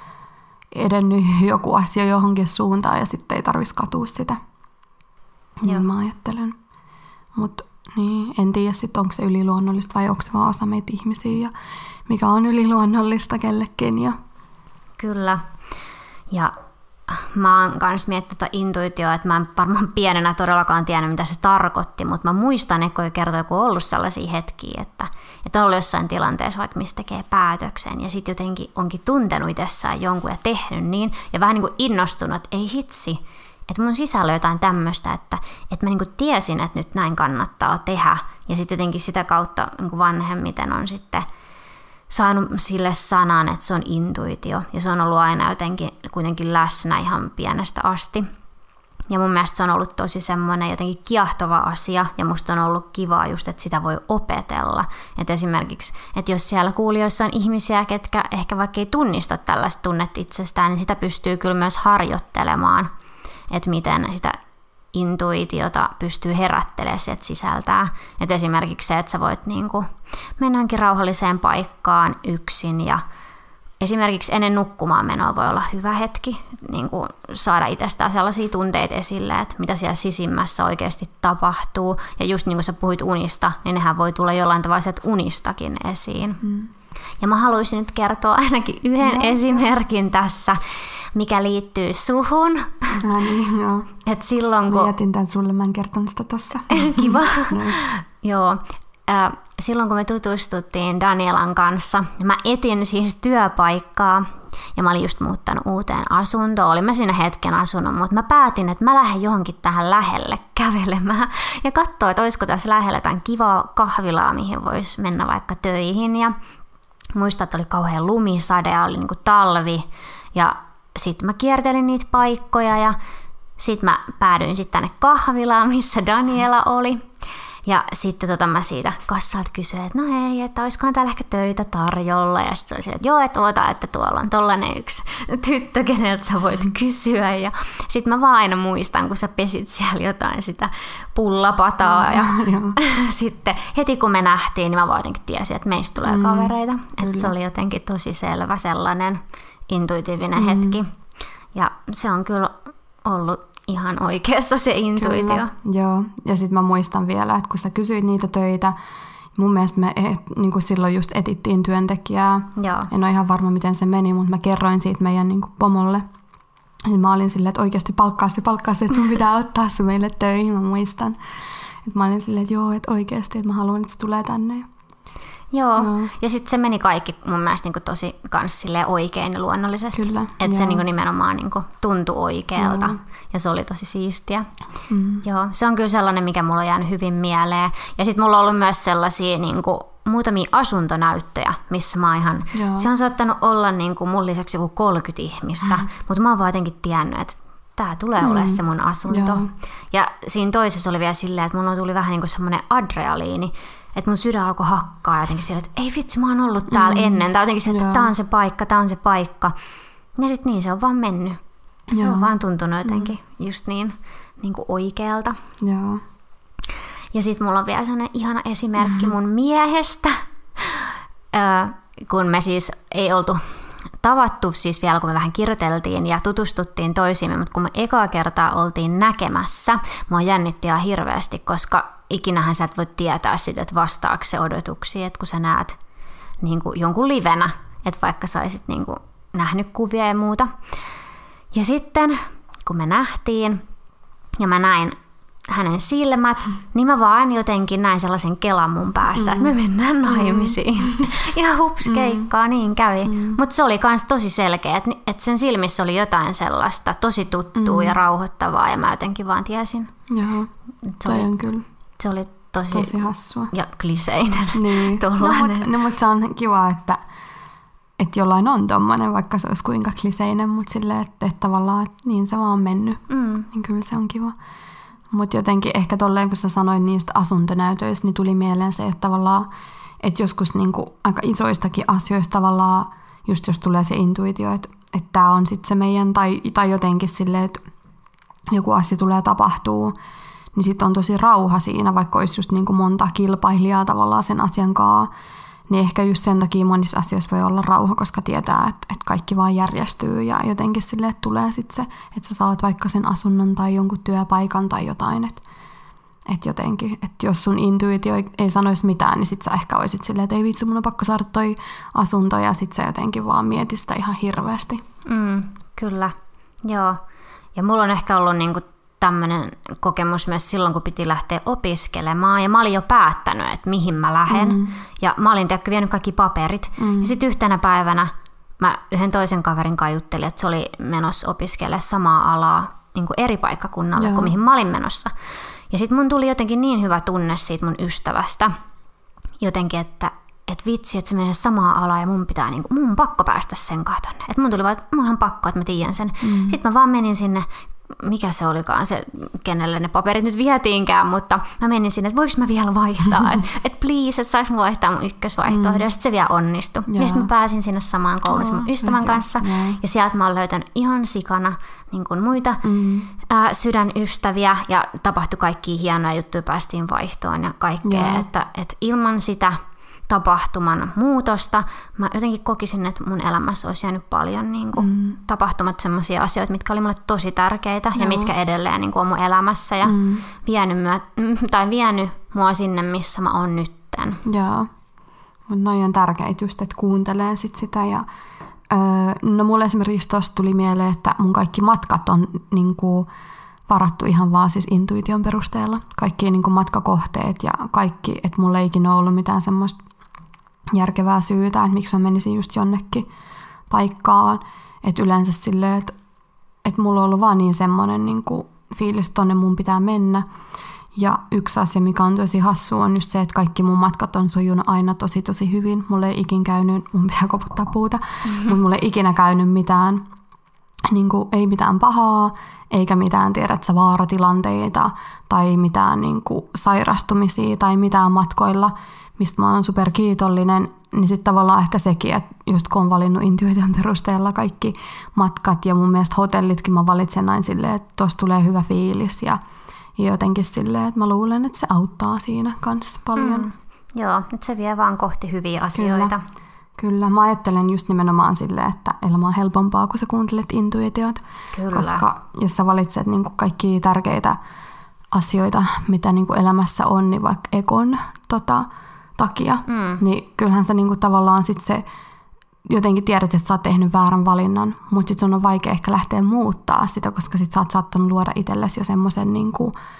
edennyt joku asia johonkin suuntaan ja sitten ei tarvitsisi katua sitä. Niin mä ajattelen. Mutta niin, en tiedä sitten, onko se yliluonnollista vai onko se vaan osa meitä ihmisiä ja mikä on yliluonnollista kellekin. Ja... Kyllä. Ja mä oon kans miettinyt tuota intuitioa, että mä en varmaan pienenä todellakaan tiennyt, mitä se tarkoitti, mutta mä muistan, että kun kertoi, kun on ollut sellaisia hetkiä, että, että on ollut jossain tilanteessa, vaikka missä tekee päätöksen, ja sitten jotenkin onkin tuntenut itsessään jonkun ja tehnyt niin, ja vähän niin kuin innostunut, että ei hitsi, että mun sisällä on jotain tämmöistä, että, että mä niin kuin tiesin, että nyt näin kannattaa tehdä, ja sitten jotenkin sitä kautta niin kuin vanhemmiten on sitten saanut sille sanan, että se on intuitio, ja se on ollut aina jotenkin kuitenkin läsnä ihan pienestä asti. Ja mun mielestä se on ollut tosi semmoinen jotenkin kiehtova asia, ja musta on ollut kivaa just, että sitä voi opetella. Että esimerkiksi, että jos siellä kuulijoissa on ihmisiä, ketkä ehkä vaikka ei tunnista tällaista tunnetta itsestään, niin sitä pystyy kyllä myös harjoittelemaan, että miten sitä intuitiota pystyy herättelemään sieltä sisältää. Et esimerkiksi se, että sä voit niinku mennä johonkin rauhalliseen paikkaan yksin ja esimerkiksi ennen nukkumaan menoa voi olla hyvä hetki niinku saada itsestään sellaisia tunteita esille, että mitä siellä sisimmässä oikeasti tapahtuu. Ja just niin kuin sä puhuit unista, niin nehän voi tulla jollain tavalla sieltä unistakin esiin. Mm. Ja mä haluaisin nyt kertoa ainakin yhden no. esimerkin tässä, mikä liittyy suhun. No niin, joo. Et silloin, kun... Mä jätin tämän sulle, mä en kertonut sitä tossa. Kiva. No. Joo. Äh, silloin kun me tutustuttiin Danielan kanssa, mä etin siis työpaikkaa ja mä olin just muuttanut uuteen asuntoon. Olin mä siinä hetken asunut, mutta mä päätin, että mä lähden johonkin tähän lähelle kävelemään ja katsoa, että olisiko tässä lähellä jotain kivaa kahvilaa, mihin voisi mennä vaikka töihin. Ja muistan, että oli kauhean lumisade ja oli niinku talvi ja sitten mä kiertelin niitä paikkoja ja sitten mä päädyin sitten tänne kahvilaan, missä Daniela oli. Ja sitten tota mä siitä kassalta kysyin, että no hei, että olisikohan täällä ehkä töitä tarjolla. Ja sitten se oli sille, että joo, että oota, että tuolla on tollainen yksi tyttö, keneltä sä voit kysyä. Ja sitten mä vaan aina muistan, kun sä pesit siellä jotain sitä pullapataa. Ja sitten heti kun me nähtiin, niin mä vaan jotenkin tiesin, että meistä tulee mm, kavereita. Että se oli jotenkin tosi selvä sellainen intuitiivinen mm. hetki. Ja se on kyllä ollut ihan oikeassa se intuitio. Kyllä, joo, ja sitten mä muistan vielä, että kun sä kysyit niitä töitä, mun mielestä me et, niin kuin silloin just etittiin työntekijää. Joo. En ole ihan varma, miten se meni, mutta mä kerroin siitä meidän niin kuin pomolle. Ja mä olin silleen, että oikeasti palkkaa se, palkkaa se, että sun pitää ottaa se meille töihin, mä muistan. Et mä olin silleen, että joo, että oikeasti, että mä haluan, että se tulee tänne. Joo, Joo. ja sitten se meni kaikki mun mielestä niinku tosi kans oikein ja luonnollisesti. Kyllä, että se niinku nimenomaan niinku tuntui oikealta Joo. ja se oli tosi siistiä. Mm. Joo, se on kyllä sellainen, mikä mulla on jäänyt hyvin mieleen. Ja sitten mulla on ollut myös sellaisia niinku muutamia asuntonäyttöjä, missä mä ihan, Joo. se on saattanut olla niinku mun lisäksi joku kolmekymmentä ihmistä, mm. mutta mä oon vaan jotenkin tiennyt, että tää tulee mm. olemaan se mun asunto. Joo. Ja siinä toisessa oli vielä silleen, että mulla tuli vähän niinku semmoinen adrealiini, että mun sydän alkoi hakkaa ja jotenkin siellä, että ei vitsi, mä oon ollut täällä mm. ennen. Tai jotenkin siellä, että tää on se paikka, tää on se paikka. Ja sitten niin, se on vaan mennyt. Se Joo. on vaan tuntunut jotenkin mm. just niin, niin kuin oikealta. Joo. Ja sitten mulla on vielä sellainen ihana esimerkki mm. mun miehestä, äh, kun me siis ei oltu tavattu siis vielä, kun me vähän kirjoiteltiin ja tutustuttiin toisiimme, mutta kun me ekaa kertaa oltiin näkemässä, mua jännitti ihan hirveästi, koska ikinähän sä et voi tietää sitä, että vastaako se odotuksia, että kun sä näet niin kuin jonkun livenä, että vaikka sä olisit niin kuin nähnyt kuvia ja muuta. Ja sitten, kun me nähtiin ja mä näin hänen silmät, niin mä vaan jotenkin näin sellaisen kelan mun päässä, mm. että me mennään naimisiin. Mm. Ja hups, keikkaa, mm. niin kävi. Mm. Mutta se oli kans tosi selkeä, että et sen silmissä oli jotain sellaista tosi tuttua mm. ja rauhoittavaa, ja mä jotenkin vaan tiesin. Joo, se oli, on kyllä. Se oli tosi, tosi hassua. Ja kliseinen. Niin. No, mutta no, mut se on kiva, että että jollain on tommonen, vaikka se olisi kuinka kliseinen, mutta silleen, että, että tavallaan että niin se vaan on mennyt. Mm. Niin kyllä se on kiva. Mutta jotenkin ehkä tolleen, kun sä sanoit niistä asuntonäytöistä, niin tuli mieleen se, että tavallaan, että joskus niinku aika isoistakin asioista tavallaan, just jos tulee se intuitio, että että tää on sitten se meidän, tai, tai jotenkin silleen, että joku asia tulee tapahtuu, niin sitten on tosi rauha siinä, vaikka olisi just niinku monta kilpailijaa tavallaan sen asian kanssa, niin ehkä just sen takia monissa asioissa voi olla rauha, koska tietää, että, että kaikki vaan järjestyy ja jotenkin silleen, että tulee sitten se, että sä saat vaikka sen asunnon tai jonkun työpaikan tai jotain, että, että jotenkin, että jos sun intuitio ei, ei sanoisi mitään, niin sit sä ehkä olisit silleen, että ei vitsi, mun on pakko saada toi asunto ja sit sä jotenkin vaan mietit sitä ihan hirveästi. Mm, kyllä, joo. Ja mulla on ehkä ollut niinku tämmöinen kokemus myös silloin, kun piti lähteä opiskelemaan. Ja mä olin jo päättänyt, että mihin mä lähden. Mm. Ja mä olin tiedätkö, vienyt kaikki paperit. Mm. Ja sitten yhtenä päivänä mä yhden toisen kaverin kanssa juttelin, että se oli menossa opiskelemaan samaa alaa niin kuin eri paikkakunnalle Joo. kuin mihin mä olin menossa. Ja sitten mun tuli jotenkin niin hyvä tunne siitä mun ystävästä. Jotenkin, että että vitsi, että se menee samaa alaa ja mun pitää, niin kuin, mun on pakko päästä sen kanssa tonne. Että mun tuli vaan, että mun on pakko, että mä tiedän sen. Mm. Sitten mä vaan menin sinne, mikä se olikaan se, kenelle ne paperit nyt vietiinkään, mutta mä menin sinne, että voiko mä vielä vaihtaa, että et please, että saisi vaihtaa mun ykkösvaihtoehdon, mm. ja sitten se vielä onnistui. Ja, ja sitten mä pääsin sinne samaan koulussa mun ystävän okay. kanssa, yeah. ja sieltä mä oon löytänyt ihan sikana niin kuin muita mm. ää, sydänystäviä, ja tapahtui kaikkia hienoja juttuja, päästiin vaihtoon ja kaikkea, yeah. että et ilman sitä tapahtuman muutosta. Mä jotenkin kokisin, että mun elämässä olisi jäänyt paljon niin kuin, mm. tapahtumat sellaisia asioita, mitkä oli mulle tosi tärkeitä Joo. ja mitkä edelleen niin kuin, on mun elämässä ja mm. vienyt, myö, tai vienyt mua sinne, missä mä oon nytten. Joo, mutta noi on tärkeitä just, että kuuntelee sit sitä. Ja, öö, no mulle esimerkiksi tuosta tuli mieleen, että mun kaikki matkat on niin kuin, varattu ihan vaan siis intuition perusteella. Kaikki niin kuin, matkakohteet ja kaikki, että mulla ei ikinä ollut mitään semmoista järkevää syytä, että miksi mä menisin just jonnekin paikkaan. Että yleensä silleen, että, että mulla on ollut vaan niin semmoinen niin kuin fiilis, että tonne mun pitää mennä. Ja yksi asia, mikä on tosi hassu, on just se, että kaikki mun matkat on sujunut aina tosi tosi hyvin. Mulla ei ikinä käynyt, mun pitää koputtaa puuta, mm-hmm. mutta mulla ei ikinä käynyt mitään, niin kuin, ei mitään pahaa, eikä mitään tiedätkö, vaaratilanteita tai mitään niin kuin, sairastumisia tai mitään matkoilla, mistä mä oon superkiitollinen, niin sitten tavallaan ehkä sekin, että just kun on valinnut intuition perusteella kaikki matkat ja mun mielestä hotellitkin mä valitsen näin silleen, että tossa tulee hyvä fiilis ja, ja jotenkin silleen, että mä luulen, että se auttaa siinä kanssa paljon. Mm. Joo, nyt se vie vaan kohti hyviä asioita. Kyllä, kyllä. Mä ajattelen just nimenomaan silleen, että elämä on helpompaa, kun sä kuuntelet intuitiot. Kyllä. Koska jos sä valitset niin kuin kaikki tärkeitä asioita, mitä niin kuin elämässä on, niin vaikka ekon tota, takia, mm. niin kyllähän sä niinku tavallaan sit se jotenkin tiedät, että sä oot tehnyt väärän valinnan, mutta sit sun on vaikea ehkä lähteä muuttaa sitä, koska sit sä oot saattanut luoda itsellesi jo semmoisen niinku,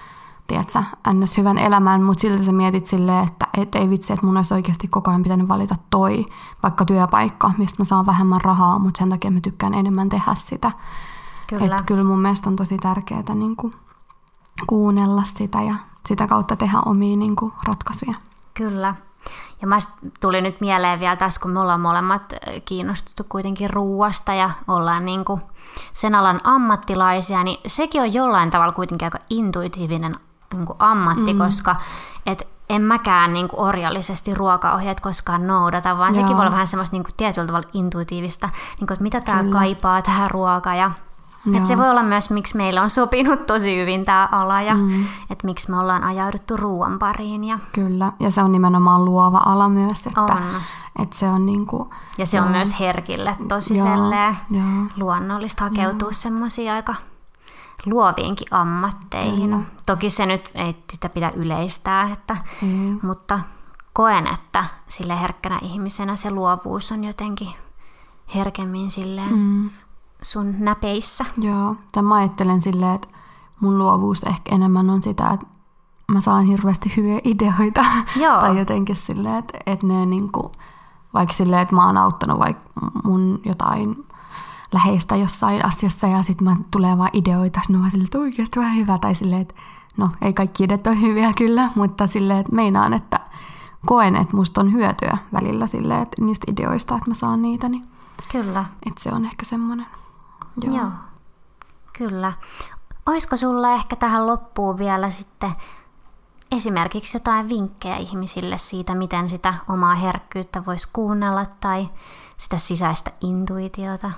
tiedätkö, ns. Hyvän elämän, mutta siltä sä mietit silleen, että et ei vitsi, että mun olisi oikeasti koko ajan pitänyt valita toi, vaikka työpaikka, mistä mä saan vähemmän rahaa, mutta sen takia mä tykkään enemmän tehdä sitä. Kyllä. Että kyllä mun mielestä on tosi tärkeää niin kuin kuunnella sitä ja sitä kautta tehdä omia niin kuin ratkaisuja. Kyllä. Ja mä tuli nyt mieleen vielä tässä, kun me ollaan molemmat kiinnostuttu kuitenkin ruuasta ja ollaan niin kuin sen alan ammattilaisia, niin sekin on jollain tavalla kuitenkin aika intuitiivinen niin kuin ammatti, mm. koska et en mäkään niin kuin orjallisesti ruokaohjeet koskaan noudata, vaan Joo. sekin voi olla vähän semmoista niin kuin tietyllä tavalla intuitiivista, niin kuin, että mitä tämä kaipaa, tähän ruoka. Ja, että se voi olla myös, miksi meillä on sopinut tosi hyvin tämä ala ja mm. että miksi me ollaan ajauduttu ruoan pariin. Ja Kyllä, ja se on nimenomaan luova ala myös. Että, on. Että se on niin kuin, ja se on joo. myös herkille tosi joo, joo. luonnollista hakeutua semmoisia aika luoviinkin ammatteihin. Mm. Toki se nyt ei sitä pidä yleistää, että, mm. mutta koen, että sille herkkänä ihmisenä se luovuus on jotenkin herkemmin silleen mm. sun näpeissä. Joo, tai mä ajattelen silleen, että mun luovuus ehkä enemmän on sitä, että mä saan hirveästi hyviä ideoita. Joo. Tai jotenkin silleen, että, että ne niinku, vaikka silleen, että mä oon auttanut vaikka mun jotain läheistä jossain asiassa ja sitten mä tulee vaan ideoita, sitten on vaan silleen, että oikeasti vähän hyvä. Tai silleen, että no ei kaikki ideat ole hyviä kyllä, mutta silleen, että meinaan, että koen, että musta on hyötyä välillä silleen, että niistä ideoista, että mä saan niitä. Niin kyllä. Että se on ehkä semmoinen. Joo. Joo. Kyllä. Olisiko sulla ehkä tähän loppuun vielä sitten esimerkiksi jotain vinkkejä ihmisille siitä, miten sitä omaa herkkyyttä voisi kuunnella tai sitä sisäistä intuitiota?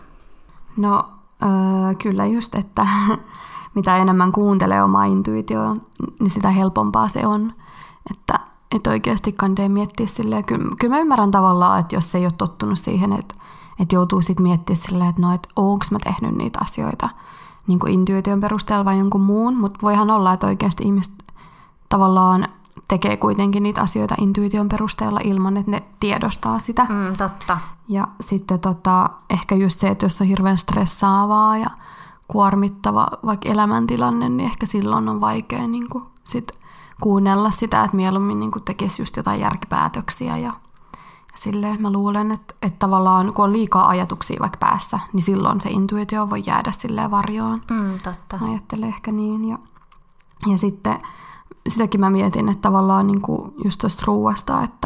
No öö, kyllä just, että mitä enemmän kuuntelee omaa intuitioa, niin sitä helpompaa se on. Että, että oikeasti kannattaa miettiä silleen. Kyllä, kyllä mä ymmärrän tavallaan, että jos ei ole tottunut siihen, että, että joutuu sitten miettimään silleen, että no, että onko mä tehnyt niitä asioita niin kuin intuition perusteella vai jonkun muun. Mutta voihan olla, että oikeasti ihmiset tavallaan tekee kuitenkin niitä asioita intuition perusteella ilman, että ne tiedostaa sitä. Mm, totta. Ja sitten tota, ehkä just se, että jos on hirveän stressaavaa ja kuormittava vaikka elämäntilanne, niin ehkä silloin on vaikea niin kuin sit kuunnella sitä, että mieluummin niin kuin tekisi just jotain järkipäätöksiä. Ja, ja silleen mä luulen, että, että tavallaan kun on liikaa ajatuksia vaikka päässä, niin silloin se intuitio voi jäädä silleen varjoon. Mm, totta. Mä ajattelen ehkä niin. Ja, ja sitten sitäkin mä mietin, että tavallaan niin kuin just tuosta ruuasta, että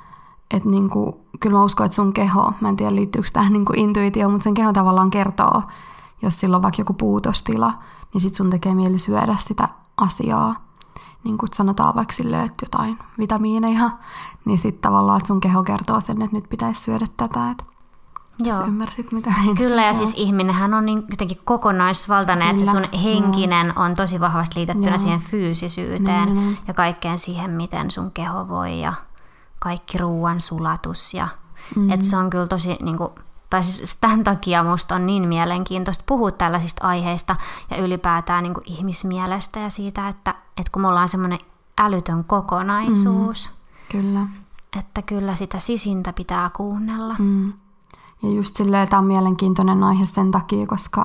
et niin kuin, kyllä mä uskon, että sun keho, mä en tiedä liittyykö tähän niin kuin intuitioon, mutta sen keho tavallaan kertoo, jos sillä on vaikka joku puutostila, niin sit sun tekee mieli syödä sitä asiaa. Niin kuin sanotaan vaikka silleen, että jotain vitamiineja, niin sit tavallaan, että sun keho kertoo sen, että nyt pitäisi syödä tätä. Että Joo. ymmärsit, mitä Kyllä, ja siis ihminenhän on niin jotenkin kokonaisvaltainen, Kyllä. että se sun henkinen Joo. on tosi vahvasti liitettynä Joo. siihen fyysisyyteen mm-hmm. ja kaikkeen siihen, miten sun keho voi ja kaikki ruoan sulatus. Ja, mm-hmm. että se on kyllä tosi, niin kuin, tai siis tämän takia musta on niin mielenkiintoista puhua tällaisista aiheista ja ylipäätään niin kuin ihmismielestä ja siitä, että, että kun me ollaan semmoinen älytön kokonaisuus, mm-hmm. Kyllä. että kyllä sitä sisintä pitää kuunnella. Mm. Ja just silleen, tämä on mielenkiintoinen aihe sen takia, koska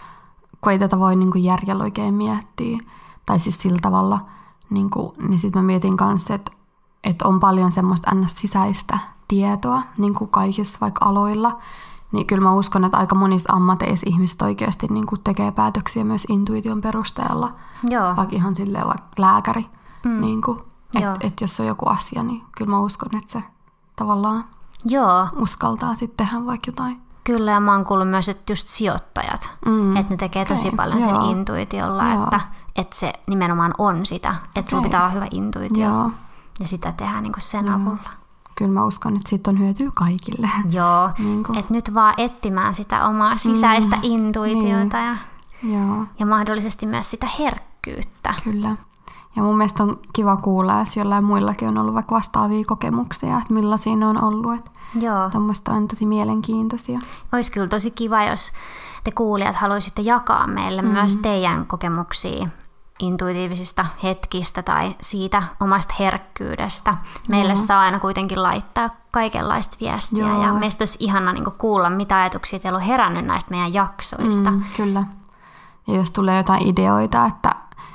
kun ei tätä voi niin kuin järjellä oikein miettiä, tai siis sillä tavalla, niin, niin sitten mä mietin kanssa, että, että on paljon semmoista ns-sisäistä tietoa niin kuin kaikissa vaikka aloilla, niin kyllä mä uskon, että aika monissa ammateissa ihmiset oikeasti niin kuin tekee päätöksiä myös intuition perusteella, Joo. vaikka ihan silleen vaikka lääkäri, mm. niin että et jos on joku asia, niin kyllä mä uskon, että se tavallaan Joo. uskaltaa sitten tehdä vaikka jotain. Kyllä, ja mä oon kuullut myös, että just sijoittajat, mm. että ne tekee okay. tosi paljon Joo. sen intuitiolla, että, että se nimenomaan on sitä, että okay. sun pitää olla hyvä intuitio, Joo. ja sitä tehdään niin kuin sen Joo. avulla. Kyllä mä uskon, että siitä on hyötyä kaikille. Joo, niin että nyt vaan etsimään sitä omaa sisäistä mm. intuitiota niin. ja, Joo. ja mahdollisesti myös sitä herkkyyttä. Kyllä. Ja mun mielestä on kiva kuulla, jos jollain muillakin on ollut vaikka vastaavia kokemuksia, että millaisia ne on ollut. Että Joo. tuommoista on tosi mielenkiintoisia. Olisi kyllä tosi kiva, jos te kuulijat haluaisitte jakaa meille mm. myös teidän kokemuksia intuitiivisista hetkistä tai siitä omasta herkkyydestä. Meille Joo. saa aina kuitenkin laittaa kaikenlaista viestiä Joo. ja meistä olisi ihana niin kuin kuulla, mitä ajatuksia teillä on herännyt näistä meidän jaksoista. Mm, kyllä. Ja jos tulee jotain ideoita, että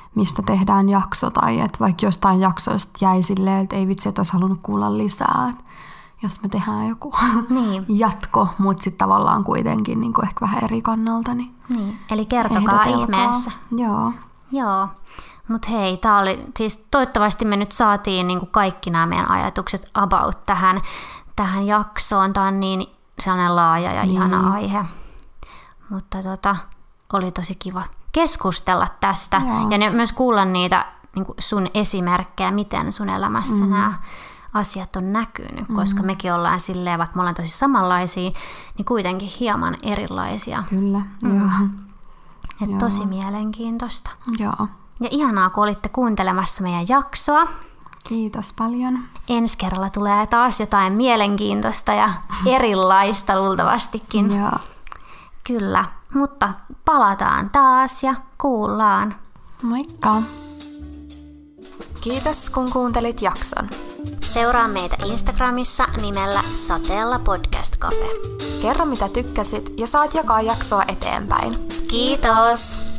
mistä tehdään jakso, tai että vaikka jostain jaksoista jäi silleen, että ei vitsi, että olisi halunnut kuulla lisää, että jos me tehdään joku niin. jatko, mutta sitten tavallaan kuitenkin niin kuin ehkä vähän eri kannalta. Niin, niin. Eli kertokaa ihmeessä. Joo. Joo. Mutta hei, tää oli, siis toivottavasti me nyt saatiin niin kuin kaikki nämä meidän ajatukset about tähän, tähän jaksoon. Tämä on niin sellainen laaja ja niin. ihana aihe. Mutta tota, oli tosi kiva keskustella tästä. Joo. Ja ne, myös kuulla niitä niin kuin sun esimerkkejä, miten sun elämässä mm. nämä asiat on näkynyt. Mm. Koska mekin ollaan silleen, vaikka me ollaan tosi samanlaisia, niin kuitenkin hieman erilaisia. Kyllä, mm. joo. Et tosi mielenkiintoista. Joo. Ja ihanaa, kun olitte kuuntelemassa meidän jaksoa. Kiitos paljon. Ensi kerralla tulee taas jotain mielenkiintoista ja erilaista luultavastikin. Joo. Kyllä, mutta palataan taas ja kuullaan. Moikka! Kiitos, kun kuuntelit jakson. Seuraa meitä Instagramissa nimellä Sateella Podcast Cafe. Kerro, mitä tykkäsit ja saat jakaa jaksoa eteenpäin. Kiitos!